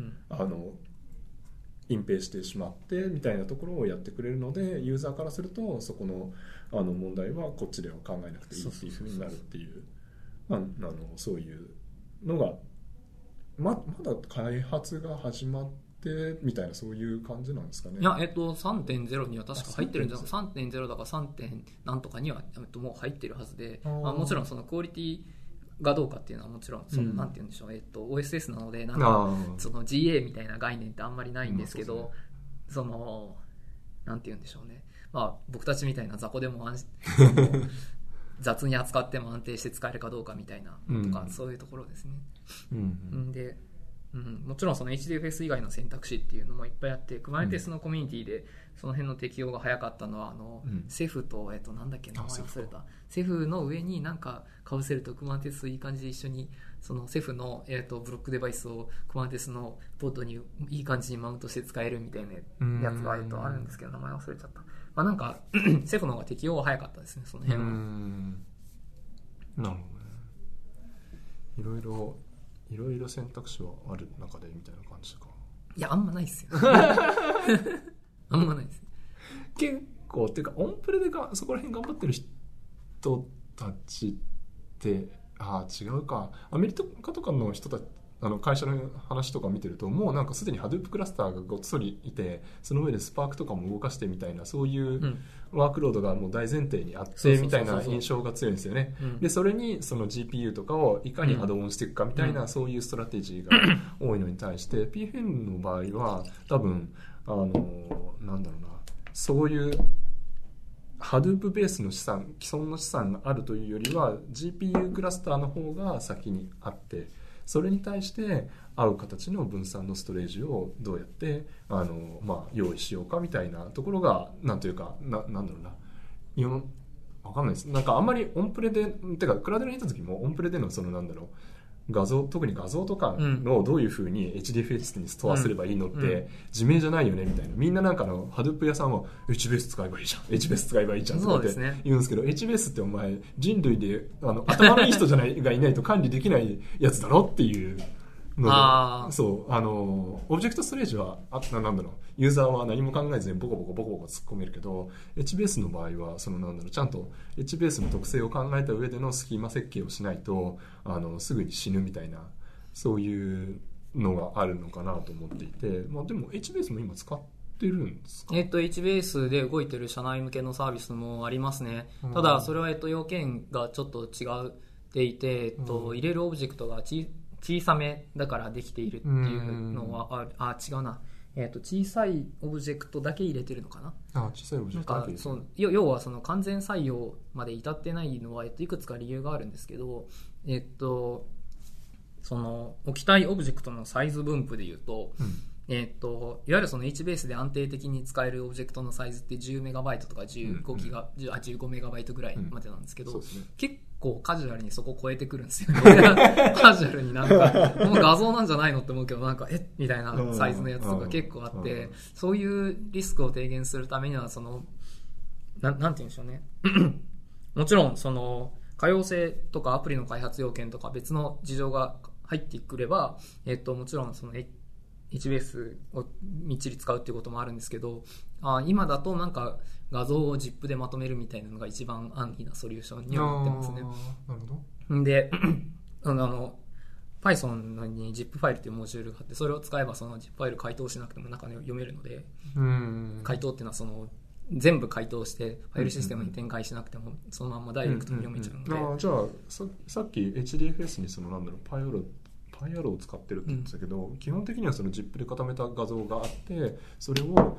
Speaker 1: 隠蔽してしまってみたいなところをやってくれるので、ユーザーからするとそこの問題はこっちでは考えなくていいっていうふうになるっていう、そういうのが まだ開発が始まってみたいなそういう感じなんですかね。
Speaker 2: いや、3.0 には確か入ってるんじゃないか、3.0 だか 3. なんとかにはもう入ってるはずで、もちろんそのクオリティがどうかっていうのはもちろんその、なんて言うんでしょう、OSS なのでなんかその GA みたいな概念ってあんまりないんですけど、そのなんて言うんでしょうね、まあ、僕たちみたいな雑魚でも雑に扱っても安定して使えるかどうかみたいなとか、そういうところですね。で、もちろんその HDFS 以外の選択肢っていうのもいっぱいあって、Kubernetes のコミュニティでその辺の適用が早かったのはセフと、なんだっけ名前忘れた、セフの上になんかかぶせると Kubernetes いい感じで一緒にそのセフの、ブロックデバイスを Kubernetes のポートにいい感じにマウントして使えるみたいなやつがあるんですけど名前忘れちゃった。まあ、なんかセフの方が適用が早かったですね、その辺は。
Speaker 1: なるほどね。いろいろ選択肢はある中でみたいな感じか。
Speaker 2: いや、あんまないっすよあんまないです。
Speaker 1: 結構っていうかオンプレでそこら辺頑張ってる人たちって違うか、アメリカとかの人たち会社の話とか見てるともうなんかすでに Hadoop クラスターがごっそりいて、その上でスパークとかも動かしてみたいなそういうワークロードがもう大前提にあってみたいな印象が強いんですよね。でそれにその GPU とかをいかにアドオンしていくかみたいなそういうストラテジーが多いのに対して PFN の場合は多分なんだろうな、そういうHadoop ベースの資産、既存の資産があるというよりは GPU クラスターの方が先にあって、それに対して合う形の分散のストレージをどうやって用意しようかみたいなところがなんというかなんだろうな、分かんないです。なんかあんまりオンプレでてかクラウドにいた時もオンプレでのそのなんだろう特に画像とかのどういう風に HDFS にストアすればいいのって自明じゃないよねみたいな、みんななんかHadoop 屋さんは HBase 使えばいいじゃん HBase 使えばいいじゃんって言うんですけど、HBase ってお前人類で頭のいい人がいないと管理できないやつだろっていうので、そうオブジェクトストレージはなんだろう、ユーザーは何も考えずにボコボコ突っ込めるけど HBase の場合はそのなんだろう、ちゃんと HBase の特性を考えた上でのスキーマ設計をしないとすぐに死ぬみたいなそういうのがあるのかなと思っていて、でも HBase も今使ってるんですか
Speaker 2: ？HBase で動いてる社内向けのサービスもありますね。ただそれは要件がちょっと違っていて、入れるオブジェクトが小さめだからできているっていうのは違うな、小さいオブジェクトだけ入れてるのかな。
Speaker 1: 小さいオブジェクトだけ入れてる。
Speaker 2: 要はその完全採用まで至ってないのは、いくつか理由があるんですけど、その置きたいオブジェクトのサイズ分布でいうと、いわゆるその HBase で安定的に使えるオブジェクトのサイズって10メガバイトとか15メガバイトぐらいまでなんですけど、結構カジュアルにそこを超えてくるんですよカジュアルになんかもう画像なんじゃないのって思うけど、なんかみたいなサイズのやつとか結構あって、そういうリスクを低減するためにはそのなんて言うんでしょうねもちろんその可用性とかアプリの開発要件とか別の事情が入ってくれば、もちろんそのHBase をみっちり使うっていうこともあるんですけど、今だとなんか画像を ZIP でまとめるみたいなのが一番安易なソリューションにはなってますね。
Speaker 1: なるほど。
Speaker 2: でPython に ZIP ファイルっていうモジュールがあって、それを使えばその ZIP ファイル解凍しなくても中で読めるので、解凍っていうのはその全部解凍してファイルシステムに展開しなくてもそのままダイレクトに読めちゃうので、
Speaker 1: じゃあ さっき HDFS にそのパイアロを使ってるって言ってたけど、基本的にはその ZIP で固めた画像があって、それを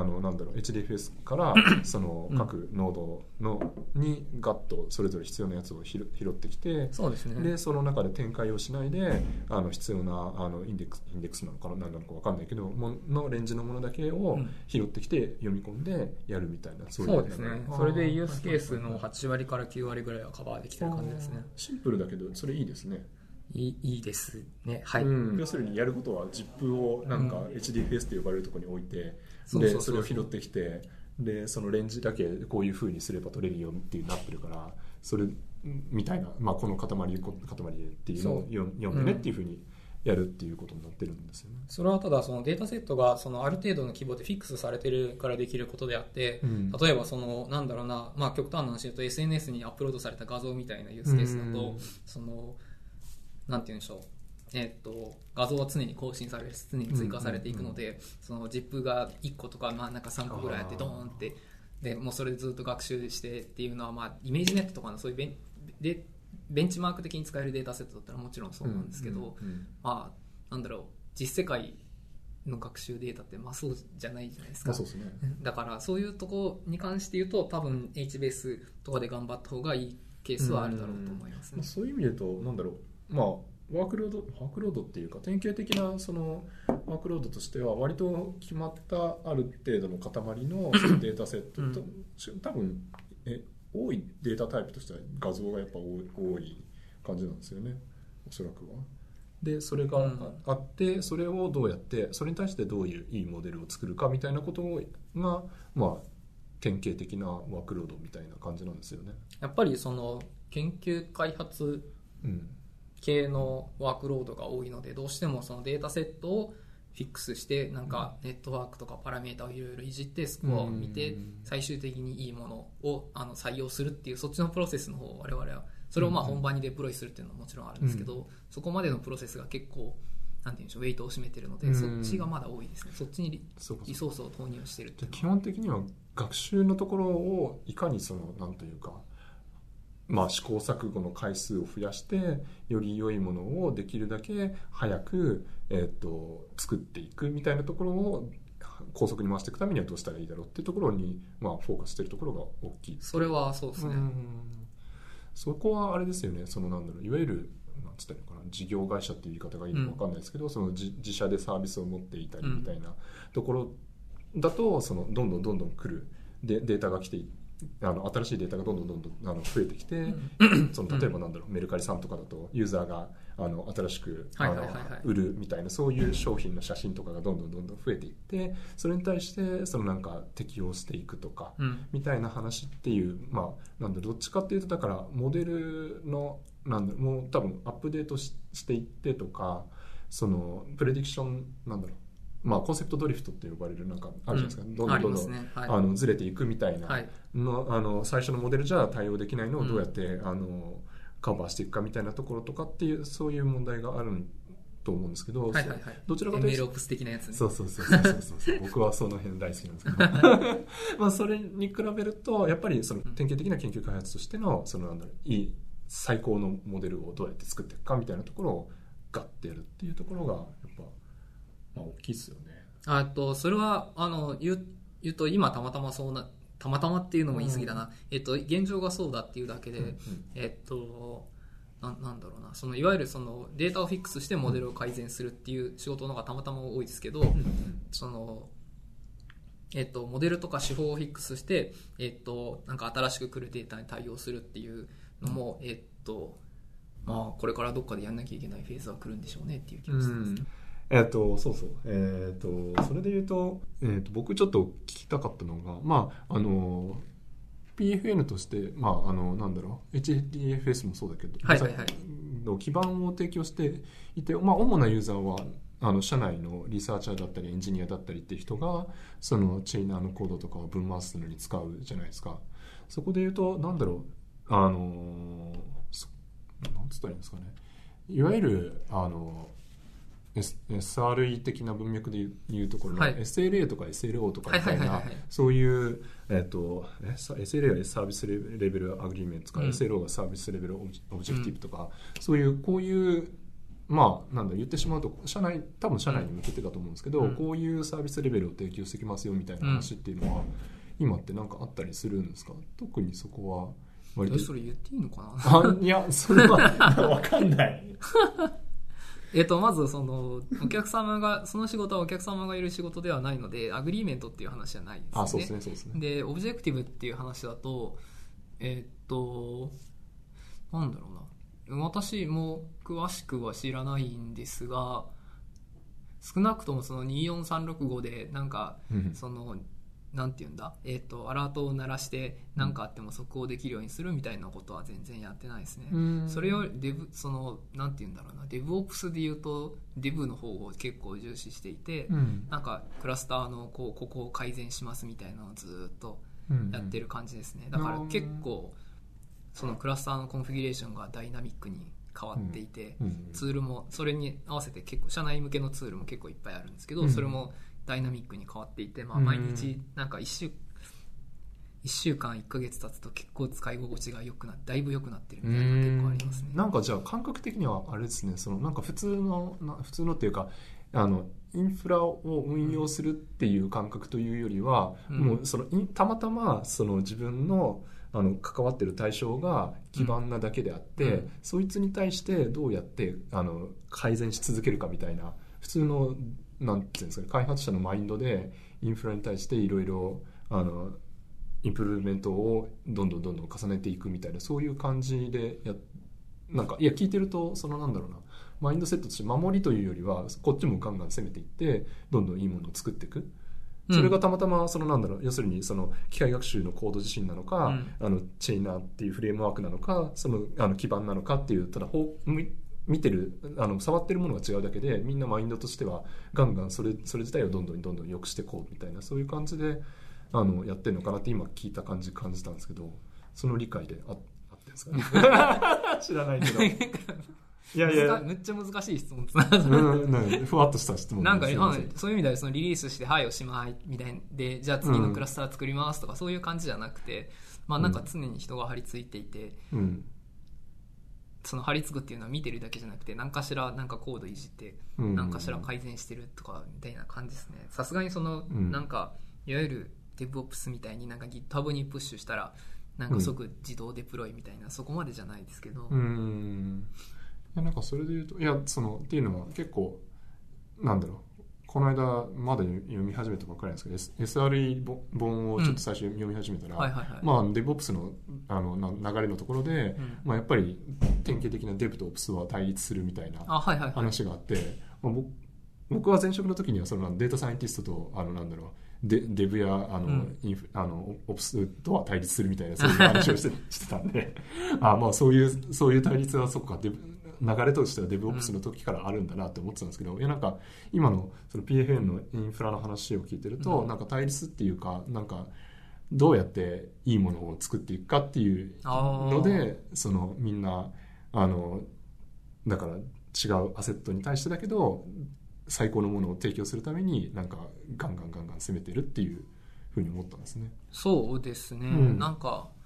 Speaker 1: HDFS からその各ノードにガッとそれぞれ必要なやつを拾ってきて、
Speaker 2: そうですね。
Speaker 1: でその中で展開をしないで必要なインデックスなのか何なのか分かんないけどのレンジのものだけを拾ってきて読み込んでやるみたいな、
Speaker 2: そうですね。それでユースケースの8割から9割ぐらいはカバーできてる感じですね。
Speaker 1: シンプルだけどそれいいですね。
Speaker 2: いいですね。はい。
Speaker 1: 要するにやることは ZIP をなんか HDFS と呼ばれるところに置いて、でそれを拾ってきて、でそのレンジだけこういう風にすれば取れるよっていうなってるから、それみたいな、この塊っていうのを読んでねっていう風にやるっていうことになってるんですよね。
Speaker 2: それはただそのデータセットがそのある程度の規模でフィックスされてるからできることであって、例えばそのなんだろうな、極端な話で言うと SNS にアップロードされた画像みたいなユースケースだと、そのなんて言うんでしょう、画像は常に更新され常に追加されていくので、その ZIP が1個とかなんか3個ぐらいあってドーンってでもうそれでずっと学習してっていうのは、イメージネットとかのそういうベンチマーク的に使えるデータセットだったらもちろんそうなんですけど、なんだろう、実世界の学習データってそうじゃないじゃないですか。
Speaker 1: そうですね。だ
Speaker 2: からそういうところに関して言うと多分 HBase とかで頑張った方がいいケースはあるだろうと思いますね。
Speaker 1: そういう意味で言うとなんだろう、ワークロードっていうか典型的なそのワークロードとしては割と決まったある程度の塊のそのデータセットと、多分多いデータタイプとしては画像がやっぱ多い感じなんですよね、おそらくは。でそれがあって、それをどうやってそれに対してどういういいモデルを作るかみたいなことが典型的なワークロードみたいな感じなんですよね。
Speaker 2: やっぱりその研究開発系のワークロードが多いので、どうしてもそのデータセットをフィックスしてなんかネットワークとかパラメータをいろいろいじってスコアを見て最終的にいいものを採用するっていう、そっちのプロセスの方を我々はそれを本番にデプロイするっていうのはもちろんあるんですけど、そこまでのプロセスが結構なんていうんでしょう、ウェイトを占めてるので、そっちがまだ多いですね。そっちにリソースを投入してるっていう。
Speaker 1: 基本的には学習のところをいかにそのなんというか、試行錯誤の回数を増やしてより良いものをできるだけ早く、作っていくみたいなところを高速に回していくためにはどうしたらいいだろうっていうところに、フォーカスしているところが大きい。
Speaker 2: それはそうですね。
Speaker 1: そこはあれですよね、そのなんだろう、いわゆるなんつったらいいのかな、事業会社っていう言い方がいいのか分かんないですけど、その自社でサービスを持っていたりみたいなところだと、そのどんどん来るデータが来て新しいデータがどんどん増えてきて、その例えばなんだろう、メルカリさんとかだとユーザーが新しく売るみたいな、そういう商品の写真とかがどんどん増えていって、それに対してそのなんか適用していくとかみたいな話っていう、なんだどっちかっていうと、だからモデルのなんだろう、もう多分アップデートしていってとか、そのプレディクションなんだろう、コンセプトドリフトって呼ばれるなんかあるじゃないですか、どんどんずれていくみたいなの、最初のモデルじゃ対応できないのをどうやってカバーしていくかみたいなところとかっていう、そういう問題があると思うんですけど、どちらかというと
Speaker 2: MLOps 的なやつね。
Speaker 1: そう僕はその辺大好きなんですけどそれに比べるとやっぱりその典型的な研究開発としてのそのなんだろう、いい最高のモデルをどうやって作っていくかみたいなところをガッてやるっていうところがやっぱ、まあ、大きいですよね。
Speaker 2: それは言うと今たまたまたまたまっていうのも言い過ぎだな、現状がそうだっていうだけで、なんだろうな、いわゆるそのデータをフィックスしてモデルを改善するっていう仕事の方がたまたま多いですけど、モデルとか手法をフィックスして、なんか新しく来るデータに対応するっていうのも、まあ、これからどっかでやんなきゃいけないフェーズは来るんでしょうねっていう気がしてますね。
Speaker 1: そうそう、それで言うと、僕ちょっと聞きたかったのが、まあPFN として、まあなんだろう、HDFS もそうだけど、
Speaker 2: はいはいはい、
Speaker 1: 基盤を提供していて、まあ、主なユーザーは社内のリサーチャーだったりエンジニアだったりっていう人がそのチェイナーのコードとかを分回すのに使うじゃないですか。そこで言うと、なんだろう、なんつったらいいんですかね、いわゆるSRE 的な文脈でいうところの、はい、SLA とか SLO とかみたいな、そういう、SLA はサービスレベルアグリーメントとか、SLO がサービスレベルオブジェクティブとか、そういうこういうまあなんだ言ってしまうと多分社内に向けてだと思うんですけど、こういうサービスレベルを提供してきますよみたいな話っていうのは、今って何かあったりするんですか？特にそこは割と
Speaker 2: それ言っていいのか
Speaker 1: な？いやそれは分かんない
Speaker 2: まずお客様がその仕事はお客様がいる仕事ではないのでアグリーメントっていう話じゃないですね。
Speaker 1: そうですね、そうですね。
Speaker 2: でオブジェクティブっていう話だとなんだろうな、私も詳しくは知らないんですが、少なくともその24365でなんかなんていうんだ、アラートを鳴らして何かあっても速報できるようにするみたいなことは全然やってないですね。それよりなんていうんだろうな、DevOps で言うと Dev の方を結構重視していて、なんかクラスターのここを改善しますみたいなのをずっとやってる感じですね。だから結構そのクラスターのコンフィギュレーションがダイナミックに変わっていて、ツールもそれに合わせて結構社内向けのツールも結構いっぱいあるんですけど、それもダイナミックに変わっていて、まあ、毎日なんか1週間1ヶ月経つと結構使い心地がだいぶ良くなってるみたいなのが結構ありますね。
Speaker 1: なんかじゃあ感覚的にはあれですね、なんか普通のっていうかインフラを運用するっていう感覚というよりは、もうたまたま自分の関わってる対象が基盤なだけであって、そいつに対してどうやって改善し続けるかみたいな、普通のなんていうんですかね、開発者のマインドでインフラに対していろいろインプルーメントをどんどん重ねていくみたいな、そういう感じでなんか聞いてるとなんだろうな、マインドセットとして守りというよりはこっちもガンガン攻めていってどんどんいいものを作っていく。それがたまたまなんだろう、要するに機械学習のコード自身なのか、チェイナーっていうフレームワークなのか、基盤なのかっていう、ただ見てる触ってるものが違うだけで、みんなマインドとしてはガンガンそれ自体をどんどん良くしていこうみたいな、そういう感じでやってるのかなって今聞いた感じたんですけど、その理解で合ってるんですかね知らないけどいや
Speaker 2: めっちゃ難しい質問
Speaker 1: ふわっとした質問
Speaker 2: なんかそういう意味ではリリースしてはいおしまいみたいで、じゃあ次のクラスター作りますとか、そういう感じじゃなくて、まあなんか常に人が張り付いていて、張り付くっていうのは見てるだけじゃなくて、何かしらなんかコードいじって何かしら改善してるとかみたいな感じですね。さすがになんかいわゆる DevOps みたいになんか GitHub にプッシュしたらなんか即自動デプロイみたいな、そこまでじゃないですけど、
Speaker 1: なんかそれで言うとっていうのは結構なんだろう、この間まだ読み始めたばっかりなんですけど、SRE 本をちょっと最初読み始めたら、まあ DevOps の流れのところで、まあやっぱり典型的な Dev と Ops は対立するみたいな話があって、僕は前職の時にはデータサイエンティストとなんだろう、デブやオプスとは対立するみたいな、そういう話をしてたんでまあそういう対立はそっか、流れとしては DevOps の時からあるんだなって思ってたんですけど、なんか今のPFN のインフラの話を聞いてると、なんか対立っていうか、なんかどうやっていいものを作っていくかっていうので、みんなだから違うアセットに対してだけど最高のものを提供するためになんかガンガン攻めてるっていうふうに思ったんですね。
Speaker 2: そうですね、なんか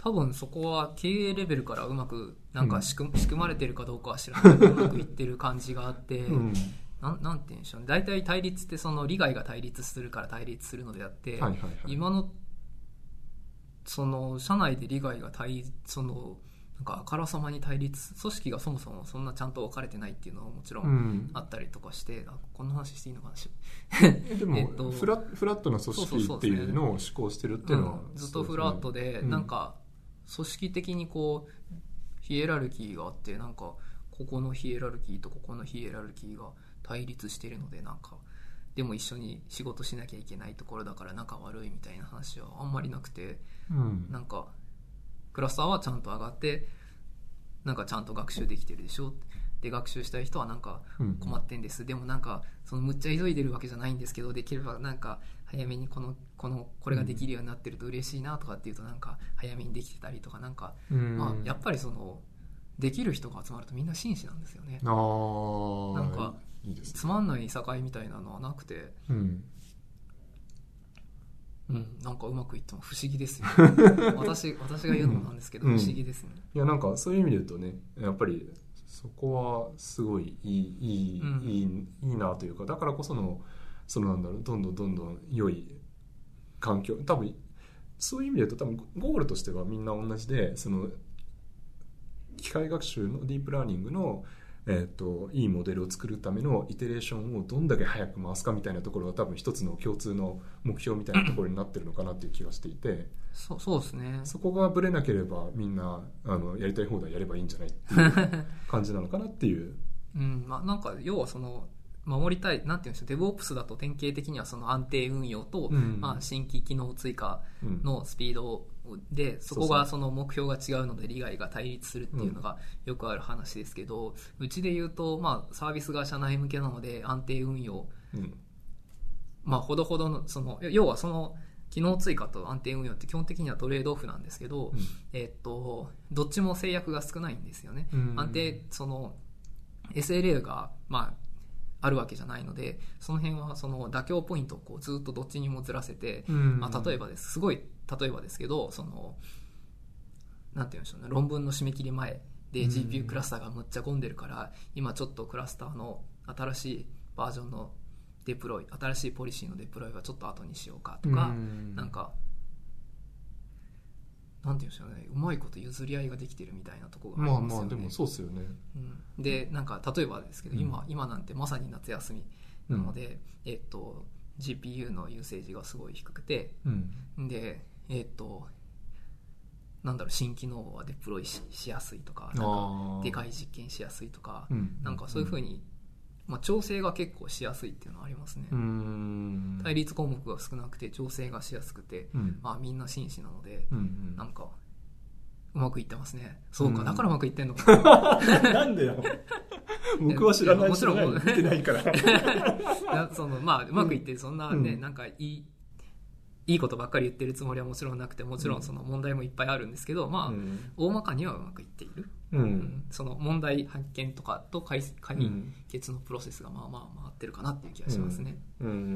Speaker 2: 多分そこは経営レベルからうまくなんか仕組まれてるかどうかは知らないけど、うまくいってる感じがあって、なんて言うんでしょうね、大体対立ってその利害が対立するから対立するのであって、今のその社内で利害がそのなんかあからさまに対立、組織がそもそもそんなちゃんと分かれてないっていうのはもちろんあったりとかして、こんな話していいのかな
Speaker 1: でも、フラットな組織っていうのを施行してるっていうのは、
Speaker 2: ずっとフラットで、なんか組織的にこうヒエラルキーがあって、なんかここのヒエラルキーとここのヒエラルキーが対立しているので、なんかでも一緒に仕事しなきゃいけないところだから仲悪いみたいな話はあんまりなくて、なんかクラスターはちゃんと上がってなんかちゃんと学習できてるでしょ、で学習したい人はなんか困ってんです、でもなんかそのむっちゃ急いでるわけじゃないんですけど、できればなんか早めにこれができるようになってると嬉しいなとかっていうと、なんか早めにできてたりとか、なんか、やっぱりそのできる人が集まるとみんな紳士なんですよね。なんかいいですね、つまんない境みたいなのはなくて、なんかうまくいっても不思議ですよ私が言うのもなんですけど、不思議ですね。
Speaker 1: いや、なんかそういう意味で言うとね、やっぱりそこはすごいいいなというか、だからこそのなんだろう、どんどん良い環境、多分そういう意味で言うと多分ゴールとしてはみんな同じで、その機械学習のディープラーニングのいいモデルを作るためのイテレーションをどんだけ早く回すかみたいなところが多分一つの共通の目標みたいなところになってるのかなっていう気がしていて、
Speaker 2: そうですね、
Speaker 1: そこがブレなければみんなやりたい放題やればいいんじゃないっていう感じなのかなっていう
Speaker 2: なんか要はその守りたい、なんていうんでしょう、デブオプスだと典型的にはその安定運用と、新規機能追加のスピードで、そこがその目標が違うので利害が対立するっていうのがよくある話ですけど、うちで言うと、サービスが社内向けなので安定運用、ほどほどの要はその機能追加と安定運用って基本的にはトレードオフなんですけど、どっちも制約が少ないんですよね。安定その SLA があるわけじゃないので、その辺はその妥協ポイントをこうずっとどっちにもずらせて、例えばです、すごい例えばですけど、そのなんていうんでしょうね、論文の締め切り前で GPU クラスターがむっちゃ混んでるから、今ちょっとクラスターの新しいバージョンのデプロイ、新しいポリシーのデプロイはちょっと後にしようかとか、なんかなんていうんでしょうね、うまいこと譲り合いができてるみたいなところがありますよね。
Speaker 1: でもそうですよね。
Speaker 2: でなんか例えばですけど、今なんてまさに夏休みなので、GPU のユーセージがすごい低くて、でなんだろう、新機能はデプロイ しやすいとか、なんかでかい実験しやすいとか、なんかそういう風に、調整が結構しやすいっていうのはありますね。対立項目が少なくて調整がしやすくて、みんな紳士なので、なんかうまくいってますね。そうか、だからうまくいってんのか
Speaker 1: なんでよ僕は知らない、
Speaker 2: もちろん
Speaker 1: 見てないから
Speaker 2: うまくいってそんなね、なんかいいことばっかり言ってるつもりはもちろんなくて、もちろんその問題もいっぱいあるんですけど、大まかにはうまくいっている、その問題発見とかと解決のプロセスが回ってるかなっていう気がしますね。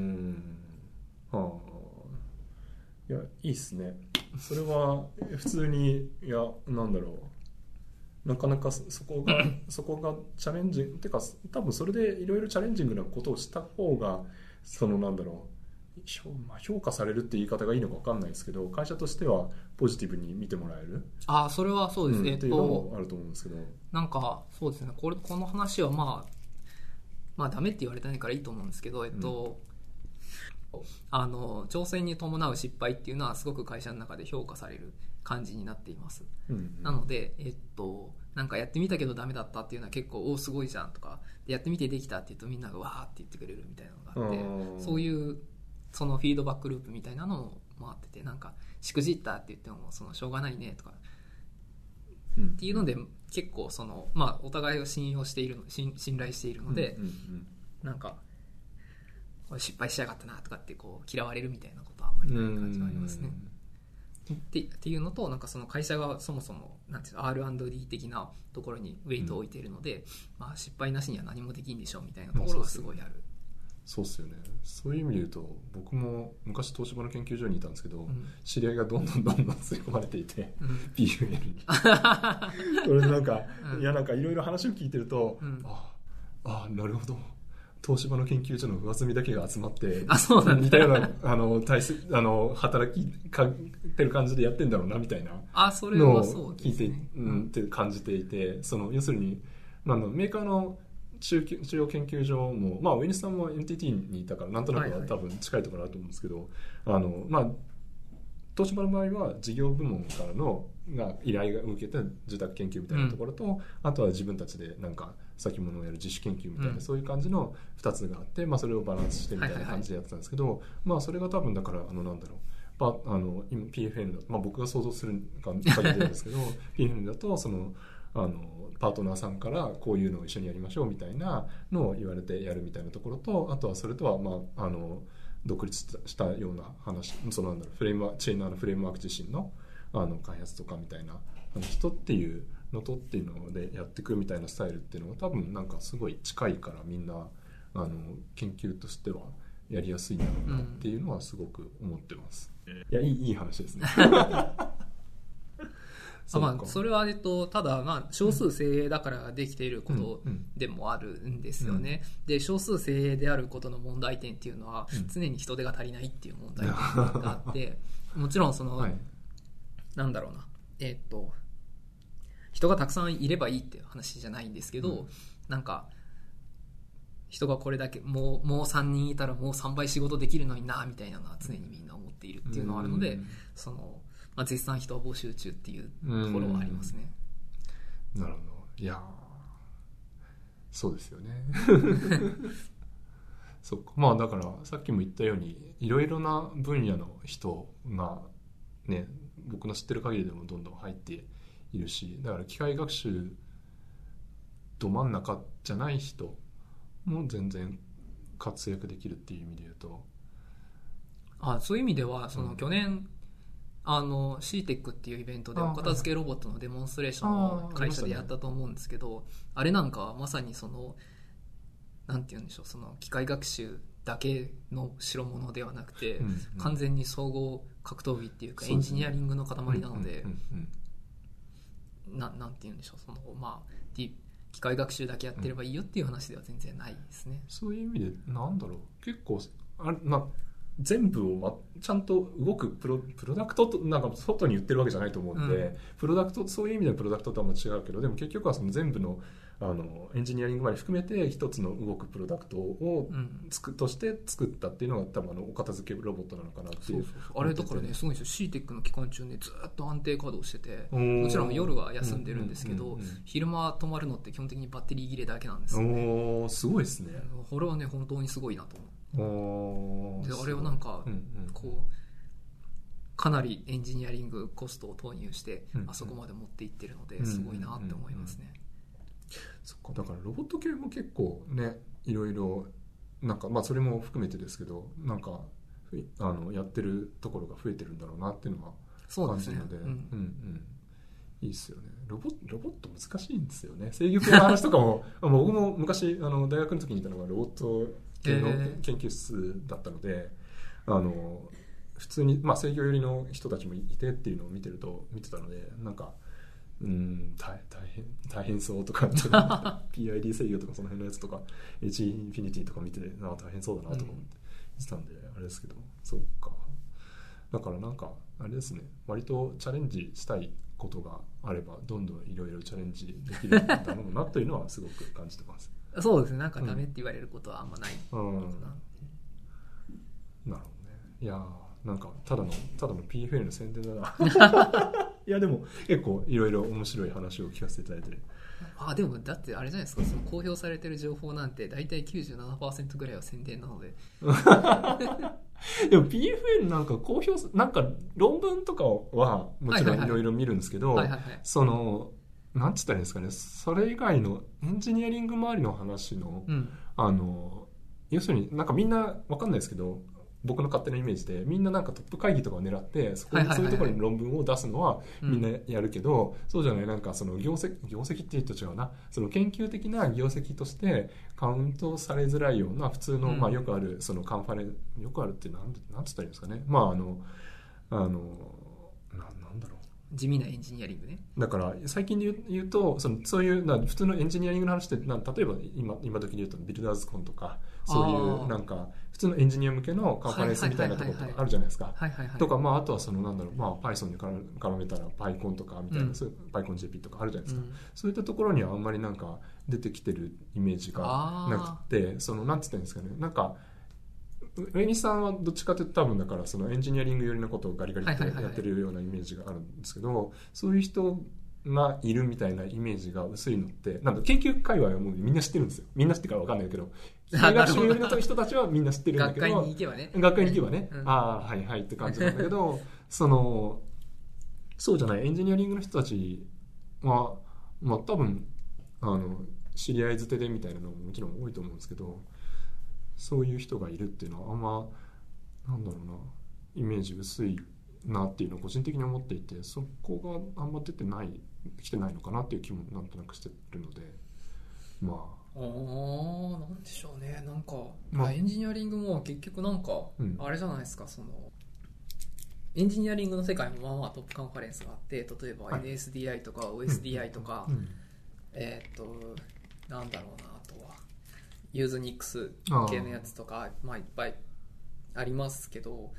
Speaker 1: いや、いいっすね。それは普通に、いや、なんだろう、なかなかそこがチャレンジングってか、多分それでいろいろチャレンジングなことをした方が、なんだろう、評価されるって言い方がいいのか分かんないですけど、会社としてはポジティブに見てもらえる、
Speaker 2: それはそうですね、
Speaker 1: っていうのもあると思うんですけど、なん
Speaker 2: かそうですね、この話はダメって言われてないからいいと思うんですけど、挑戦に伴う失敗っていうのはすごく会社の中で評価される感じになっています。なので、なんかやってみたけどダメだったっていうのは結構すごいじゃんとか、やってみてできたって言うとみんながわーって言ってくれるみたいなのがあって、そういうそのフィードバックループみたいなのも回ってて、なんかしくじったって言ってもしょうがないねとか、っていうので結構お互いを信頼しているので、なんか失敗しやがったなとかってこう嫌われるみたいなことはあんまりない感じがありますね。っていうのと、なんかその会社がそもそもなんていうの R&D 的なところにウェイトを置いているので、失敗なしには何もできんでしょうみたいなところがすごいある。
Speaker 1: そうっすよね。そういう意味で言うと僕も昔東芝の研究所にいたんですけど、
Speaker 2: うん、
Speaker 1: 知り合いがどんどん連れ込まれていて、
Speaker 2: うん、
Speaker 1: PFL にそれでなんか、
Speaker 2: うん、
Speaker 1: いやなんかいろいろ話を聞いてると、
Speaker 2: うん、
Speaker 1: あなるほど、東芝の研究所の上積みだけが集まって
Speaker 2: そうなんだ。
Speaker 1: 似たような働きかってる感じでやってんだろうなみたいな
Speaker 2: それ
Speaker 1: の
Speaker 2: はそ
Speaker 1: を聞いて、
Speaker 2: うですね。
Speaker 1: って感じていて、要するに、メーカーの中央研究所も、上西さんも NTT にいたからなんとなくは多分近いところあると思うんですけど、東芝の場合は事業部門からの依頼が受けた受託研究みたいなところと、あとは自分たちでなんか先物をやる自主研究みたいな、そういう感じの2つがあって、それをバランスしてみたいな感じでやってたんですけど、それが多分だから今 PFN だと、僕が想像する限りなんですけどPFN だとパートナーさんからこういうのを一緒にやりましょうみたいなのを言われてやるみたいなところと、あとはそれとは独立したような話、チェーンのフレームワーク自身の開発とかみたいな話とっていうのでやっていくみたいなスタイルっていうのが多分なんかすごい近いから、みんな研究としてはやりやすいんだろうなっていうのはすごく思ってます。いや、いい話ですね。
Speaker 2: それはただ少数精鋭だからできていることでもあるんですよね。で少数精鋭であることの問題点っていうのは、常に人手が足りないっていう問題点があってもちろんなんだろうな、人がたくさんいればいいっていう話じゃないんですけど、なんか人がこれだけもう3人いたらもう3倍仕事できるのになみたいなのは常にみんな思っているっていうのがあるので、絶賛人は募集中っていうところはありますね。
Speaker 1: なるほど。いやそうですよね。そっか。だからさっきも言ったようにいろいろな分野の人がね、僕の知ってる限りでもどんどん入っているし、だから機械学習ど真ん中じゃない人も全然活躍できるっていう意味で言うと、
Speaker 2: そういう意味では去年CTEC っていうイベントでお片付けロボットのデモンストレーションを会社でやったと思うんですけど、あれなんかはまさになんて言うんでしょう、機械学習だけの代物ではなくて、完全に総合格闘技っていうかエンジニアリングの塊なので、なんて言うんでしょう、機械学習だけやってればいいよっていう話では全然ないですね。
Speaker 1: そういう意味でなんだろう、結構全部をちゃんと動くプロダクトとなんか外に言ってるわけじゃないと思うんで、プロダクト、そういう意味でのプロダクトとは違うけど、でも結局は全部のエンジニアリングまで含めて一つの動くプロダクトをとして作ったっていうのが多分お片付けロボットなのかなっていう。
Speaker 2: あれだからね、すごいですよ。 CTEC の期間中ねずっと安定稼働してて、もちろん夜は休んでるんですけど、昼間止まるのって基本的にバッテリー切れだけなんですよね。
Speaker 1: すごいですね。
Speaker 2: これはね本当にすごいなと思う。であれをなんかかなりエンジニアリングコストを投入してあそこまで持っていってるのですごいなって思いますね。
Speaker 1: そっか。だからロボット系も結構ね、いろいろなんかそれも含めてですけど、なんかやってるところが増えてるんだろうなっていうのは感じるので、いいっすよね。ロボット難しいんですよね。制御系の話とかも僕も昔大学の時にいたのがロボット系の研究室だったので、普通に制御寄りの人たちもいてっていうのを見てたので、なんか大変そうとかPID 制御とかその辺のやつとか H インフィニティとか見て大変そうだなとか思ってたんで、あれですけど、そうか。だからなんかあれですね、割とチャレンジしたいことがあればどんどんいろいろチャレンジできるんだろうなというのはすごく感じてます。
Speaker 2: そうですね。なんかダメって言われることはあんまないかな。
Speaker 1: なるほどね。いやなんかただの PFL の宣伝だないやでも結構いろいろ面白い話を聞かせていただいて、
Speaker 2: でもだってあれじゃないですか、公表されてる情報なんて大体 97% ぐらいは宣伝なので
Speaker 1: でも PFL なんか公表なんか論文とかはもちろんいろいろ見るんですけど、なんつったらいいんですかね、それ以外のエンジニアリング周りの話の、要するになんかみんなわかんないですけど、 僕の勝手なイメージでみんななんかトップ会議とかを狙ってそういうところに論文を出すのはみんなやるけど、そうじゃないなんかその業績って言うと違うな、その研究的な業績としてカウントされづらいような普通の、よくあるそのカンファレンス、よくあるってなんつったらいいんですかね、なんだろう、
Speaker 2: 地味なエンジニアリングね。
Speaker 1: だから最近で言うとそういう普通のエンジニアリングの話って例えば今時で言うとビルダーズコンとかそういうなんか普通のエンジニア向けのカンファレンスみたいなところとかあるじゃないですか。とかあとはそのなんだろう、Python に絡めたら PyCon とかみたいな、そういう PyConJP とかあるじゃないですか。そういったところにはあんまりなんか出てきてるイメージがなくて、そのなんつってんですかね、なんか上西さんはどっちかというと多分だからそのエンジニアリング寄りのことをガリガリってやってるようなイメージがあるんですけど、そういう人がいるみたいなイメージが薄いのってなんか研究界隈はもうみんな知ってるんですよ。みんな知ってるか分かんないけど、学習寄りの人たちはみんな知ってるんだけど、
Speaker 2: 学会に行けばね、
Speaker 1: はいはいって感じなんだけどそうじゃないエンジニアリングの人たちは多分知り合い捨てでみたいなのももちろん多いと思うんですけど、そういう人がいるっていうのはあんまなんだろうな、イメージ薄いなっていうのを個人的に思っていて、そこがあんま出てきてないのかなっていう気もなんとなくしてるので、
Speaker 2: なんでしょうね、なんか、エンジニアリングも結局なんか、あれじゃないですか、そのエンジニアリングの世界もトップカンファレンスがあって、例えば NSDI とか OSDI とか、なんだろうな、あとはユーズニックス系のやつとかいっぱいありますけど、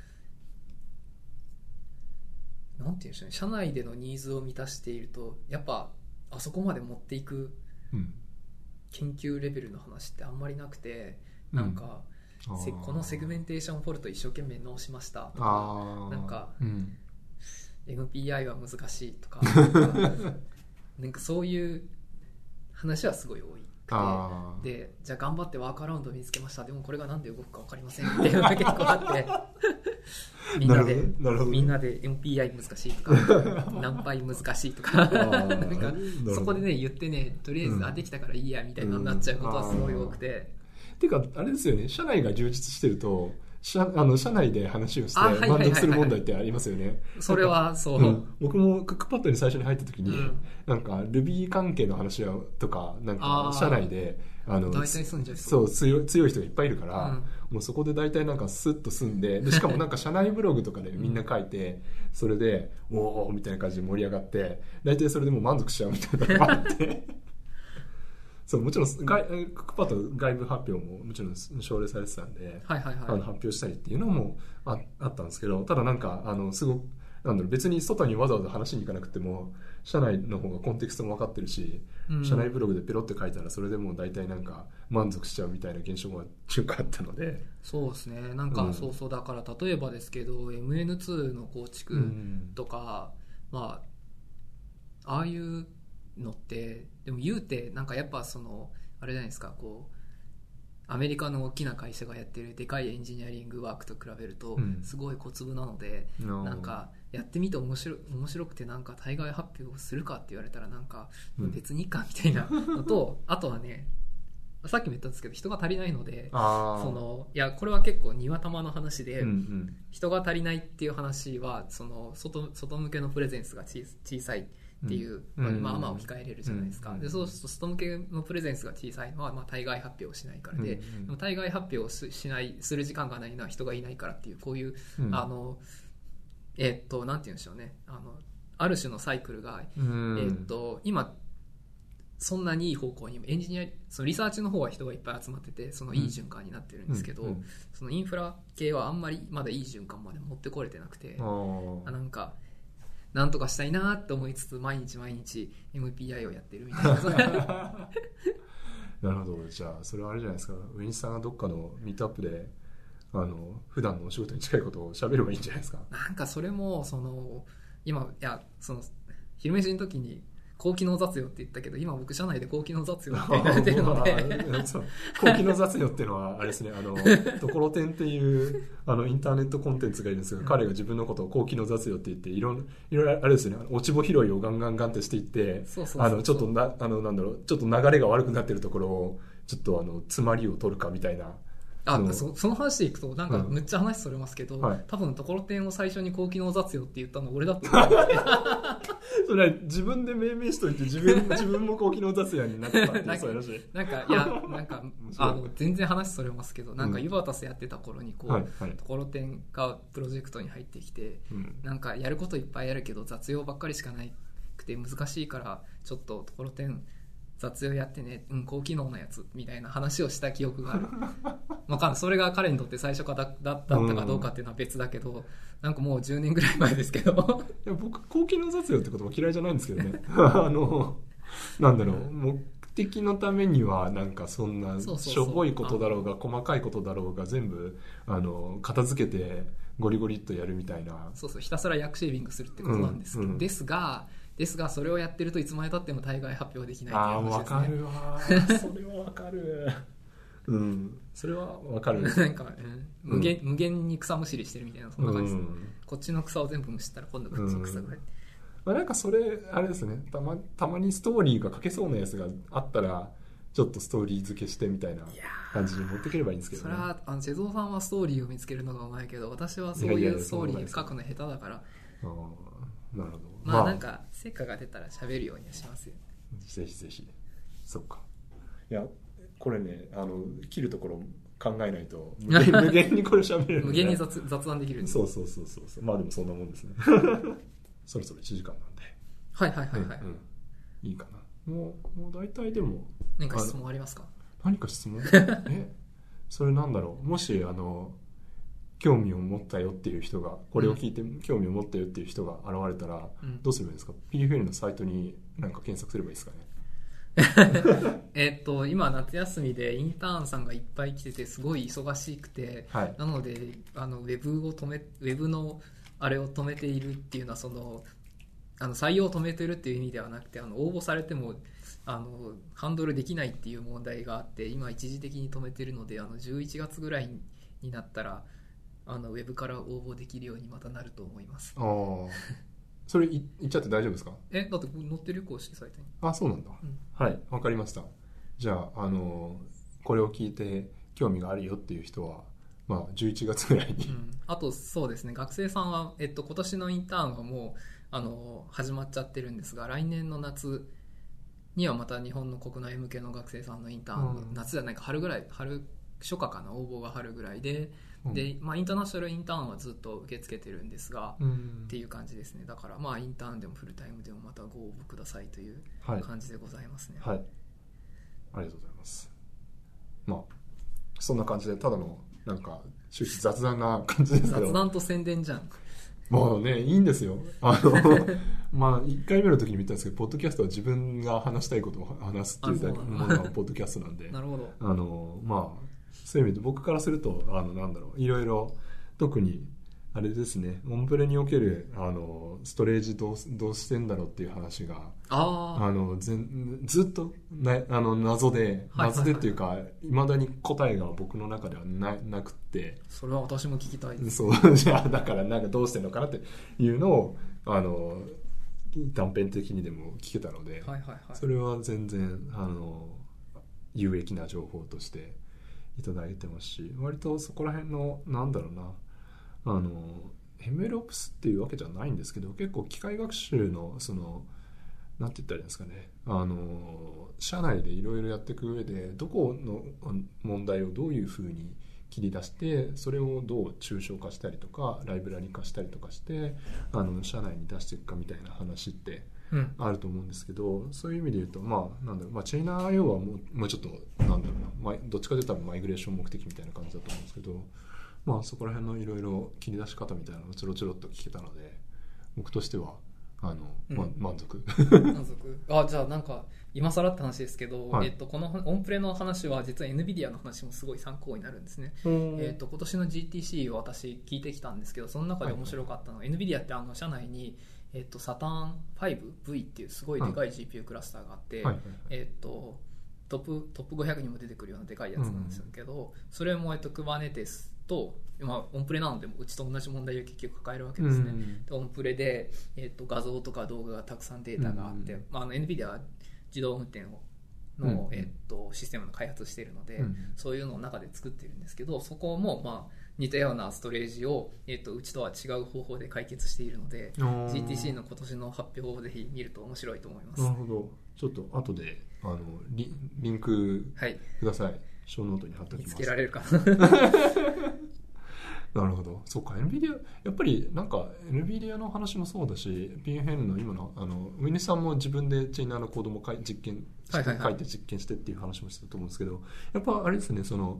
Speaker 2: なんていうんでしょうね、社内でのニーズを満たしているとやっぱあそこまで持っていく研究レベルの話ってあんまりなくて、なんか、このセグメンテーションフォルト一生懸命直しましたとか、なんか、MPI は難しいとかなんかそういう話はすごい多い。でじゃあ頑張ってワークアラウンド見つけました、でもこれがなんで動くか分かりませんっていうのが結構あってみんなで MPI 難しいとかナンパイ難しいとかなんかそこでね言ってね、とりあえず、できたからいいやみたいなになっちゃうことはすごい多くて、
Speaker 1: てかあれですよね、社内が充実してると社内で話をして満足する問題ってありますよね。
Speaker 2: それはそう、
Speaker 1: 僕もクックパッドに最初に入った時に、なんか Ruby 関係の話とかなんか社内で
Speaker 2: 大体住んじゃう、
Speaker 1: そう強い人がいっぱいいるから、もうそこで大体なんかスッと住んで、しかもなんか社内ブログとかでみんな書いて、それでおーみたいな感じで盛り上がって、大体それでもう満足しちゃうみたいなのがあってそうもちろんクックパッド外部発表ももちろん奨励されてたんで、発表したりっていうのもあったんですけど、ただなんかすごく別に外にわざわざ話しに行かなくても社内の方がコンテクストも分かってるし、社内ブログでペロって書いたらそれでもう大体なんか満足しちゃうみたいな現象が中華あったので、
Speaker 2: そうですね、なんかそうだから例えばですけど MN2 の構築とか、ああいうのってでも言うてなんかやっぱそのあれじゃないですか、こうアメリカの大きな会社がやってるでかいエンジニアリングワークと比べるとすごい小粒なので、なんかやってみて面白くてなんか対外発表するかって言われたらなんか別にいいかみたいなのと、あとはねさっきも言ったんですけど人が足りないので、いやこれは結構庭玉の話で、人が足りないっていう話はその外向けのプレゼンスが小さいっていう、置き換えれるじゃないですか。でそうすると外向けのプレゼンスが小さいのは、対外発表をしないからで、でも対外発表をする時間がないのは人がいないからっていう、こういうなんて言うんでしょうね、ある種のサイクルが、今そんなにいい方向にエンジニアそのリサーチの方は人がいっぱい集まっててそのいい循環になってるんですけど、そのインフラ系はあんまりまだいい循環まで持ってこれてなくて、なんかなんとかしたいなって思いつつ毎日 MPI をやってるみたいな
Speaker 1: なるほど。じゃあそれはあれじゃないですか、上西さんがどっかのミートアップで普段のお仕事に近いことを喋ればいいんじゃないですか。
Speaker 2: なんかそれもその昼飯の時に高機能雑用って言ったけど、今僕社内で高機能雑用って言われてるので
Speaker 1: 高機能雑用っていうのはあれですね、ところてんっていうインターネットコンテンツがいるんですが、彼が自分のことを高機能雑用って言っていろいろあれですね、落ち穂拾いをガンガンってしていって、ちょっとなんだろう、ちょっと流れが悪くなってるところをちょっと詰まりを取るかみたいな
Speaker 2: その話でいくとなんかむっちゃ話それますけど、
Speaker 1: はい、
Speaker 2: 多分ところてんを最初に高機能雑用って言ったの俺だと思うんですね
Speaker 1: それは自分で命名しといて自分も高機能雑用になったっていうそういう話。
Speaker 2: なんかいやなんか全然話それますけど、なんかユバタスやってた頃にこう、はいはい、ところてんがプロジェクトに入ってきて、なんかやることいっぱいあるけど雑用ばっかりしかなくて難しいからちょっとところてん雑用やってね、高機能なやつみたいな話をした記憶があるわかんない、それが彼にとって最初だったかどうかっていうのは別だけど、なんかもう10年ぐらい前ですけど
Speaker 1: いや僕高機能雑用って言葉嫌いじゃないんですけどねなんだろう、目的のためにはなんかそんなしょぼいことだろうが細かいことだろうが全部片付けてゴリゴリっとやるみたいな、
Speaker 2: そうひたすら薬シェービングするってことなんですけど、ですがそれをやってるといつまでたっても大概発表できないっていう話ですね。
Speaker 1: わかるわそれはわかるそれはわかる
Speaker 2: なんか、無限に草むしりしてるみたいなそんな感じです、こっちの草を全部むしったら今度こっちの草が入って、
Speaker 1: なんかそれあれですね、たまにストーリーが書けそうなやつがあったらちょっとストーリー付けしてみたいな感じに持ってくればいいんですけどね。
Speaker 2: それはチェゾーさんはストーリーを見つけるのがうまいけど、私はそういうストーリー書くの下手だから。
Speaker 1: なるほど。
Speaker 2: なんか成果が出たら喋るようにはしますよ。
Speaker 1: ぜひぜひ。そっか。いやこれね切るところ考えないと無限にこれ喋れる、ね、
Speaker 2: 無限に雑談できるんで。
Speaker 1: そうまあでもそんなもんですねそろそろ1時間なんで
Speaker 2: はい、
Speaker 1: いいかな。もう大体でも
Speaker 2: 何か質問ありますか？
Speaker 1: 何か質問それなんだろう、もし興味を持ったよっていう人がこれを聞いて興味を持ったよっていう人が現れたらどうすればいいですか？ PFL のサイトに何か検索すればいいですかね
Speaker 2: 今夏休みでインターンさんがいっぱい来ててすごい忙しくて、
Speaker 1: はい、
Speaker 2: なのでウェブのあれを止めているっていうのは採用を止めてるっていう意味ではなくて応募されてもハンドルできないっていう問題があって今一時的に止めてるので11月ぐらいになったらウェブから応募できるようにまたなると思います。
Speaker 1: それ言っちゃって大丈夫ですか？
Speaker 2: だって載ってる公式サイトに。
Speaker 1: そうなんだ、はいわかりました。じゃあこれを聞いて興味があるよっていう人は11月ぐらいに、
Speaker 2: あとそうですね、学生さんは、今年のインターンはもう始まっちゃってるんですが、来年の夏にはまた日本の国内向けの学生さんのインターン、夏じゃないか春初夏かな、応募が春ぐらいで、インターナショナルインターンはずっと受け付けてるんですが、っていう感じですね。だからインターンでもフルタイムでもまたご応募くださいという感じでございますね。
Speaker 1: はい、ありがとうございます。そんな感じでただのなんか終始雑談な感じですけど、
Speaker 2: 雑談と宣伝じゃん。
Speaker 1: もうねいいんですよ1回目の時にも言ったんですけど、ポッドキャストは自分が話したいことを話すっていうものがポッドキャストなんで
Speaker 2: なるほど。
Speaker 1: そういう意味で僕からするといろいろ特にあれですね、モンプレにおけるストレージどうしてんだろうっていう話がずっと謎でっていうか未だに答えが僕の中ではなくって、
Speaker 2: それは私も聞きたいです。
Speaker 1: そうじゃあだからなんかどうしてんのかなっていうのを断片的にでも聞けたので、それは全然有益な情報としていただいてますし、割とそこら辺のなんだろうなMLOps っていうわけじゃないんですけど、結構機械学習のなんて言ったらいいんですかね、社内でいろいろやっていく上でどこの問題をどういうふうに切り出してそれをどう抽象化したりとかライブラリ化したりとかして社内に出していくかみたいな話ってあると思うんですけど、そういう意味で言うとチェイナー IO はもうちょっとなんだろうな、どっちかというとマイグレーション目的みたいな感じだと思うんですけど、そこら辺のいろいろ切り出し方みたいなのをちょろちょろっと聞けたので、僕としては満足
Speaker 2: じゃあなんか今更って話ですけど、このオンプレの話は実は NVIDIA の話もすごい参考になるんですね。今年の GTC を私聞いてきたんですけど、その中で面白かったのは、NVIDIA って社内にサターン 5V っていうすごいでかい GPU クラスターがあって、トップ500にも出てくるようなでかいやつなんですけど、それもKubernetes とオンプレなのでもうちと同じ問題を結局抱えるわけですね。でオンプレで、画像とか動画がたくさんデータがあって、NVIDIA は自動運転をの、システムの開発しているので、そういうのを中で作ってるんですけど、そこもまあ似たようなストレージを、うちとは違う方法で解決しているので、GTC の今年の発表をぜひ見ると面白いと思います。
Speaker 1: なるほど。ちょっと後でリンクください。ショーノートに貼っておきます。
Speaker 2: 見つけられるか
Speaker 1: な。なるほど。そっか、NVIDIA、やっぱりなんか NVIDIA の話もそうだし、PNN の今のウィニさんも自分でチェイナーのコードも書いて実験してっていう話もしてたと思うんですけど、やっぱあれですね、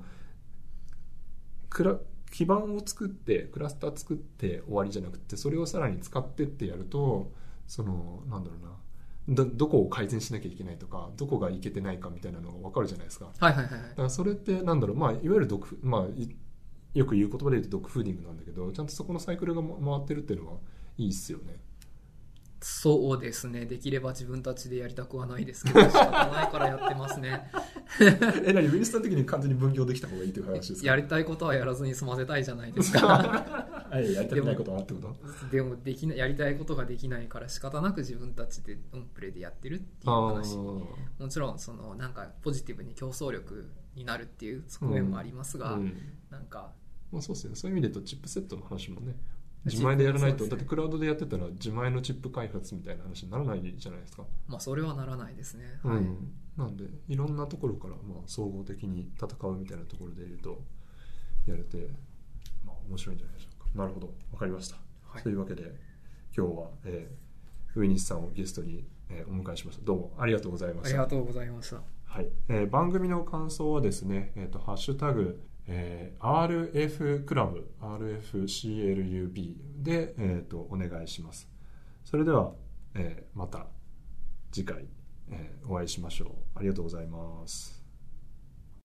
Speaker 1: 基盤を作ってクラスター作って終わりじゃなくて、それをさらに使ってってやると、なんだろうな、どこを改善しなきゃいけないとか、どこがいけてないかみたいなのが分かるじゃないですか。だからそれってなんだろう、まあ、いわゆるよく言う言葉で言うとドッグフーディングなんだけど、ちゃんとそこのサイクルが回ってるっていうのはいいっすよね。
Speaker 2: そうですね。できれば自分たちでやりたくはないですけど、仕方ないからやってますね。
Speaker 1: 何、ウィニスタン的に完全に分業できた方がいいという話ですか？
Speaker 2: やりたいことはやらずに済ませたいじゃないですか。
Speaker 1: やりたくないことはってこと？
Speaker 2: でもやりたいことができないから仕方なく自分たちでオンプレでやってるっていう話。もちろんなんかポジティブに競争力になるっていう側面もありますが、なんか、
Speaker 1: まあ、そうですね。そういう意味で言うとチップセットの話もね、自前でやらないと、だってクラウドでやってたら自前のチップ開発みたいな話にならないじゃないですか。
Speaker 2: まあそれはならないですね。
Speaker 1: なんでいろんなところからまあ総合的に戦うみたいなところで言うとやれて、まあ面白いんじゃないでしょうか。なるほど、わかりました。というわけで今日は、ウィニスさんをゲストに、お迎えしました。どうもありがとうございました。
Speaker 2: ありがとうございました。
Speaker 1: はい、番組の感想はですね、ハッシュタグRF クラブ RFCLUB で、お願いします。それでは、また次回、お会いしましょう。ありがとうございます。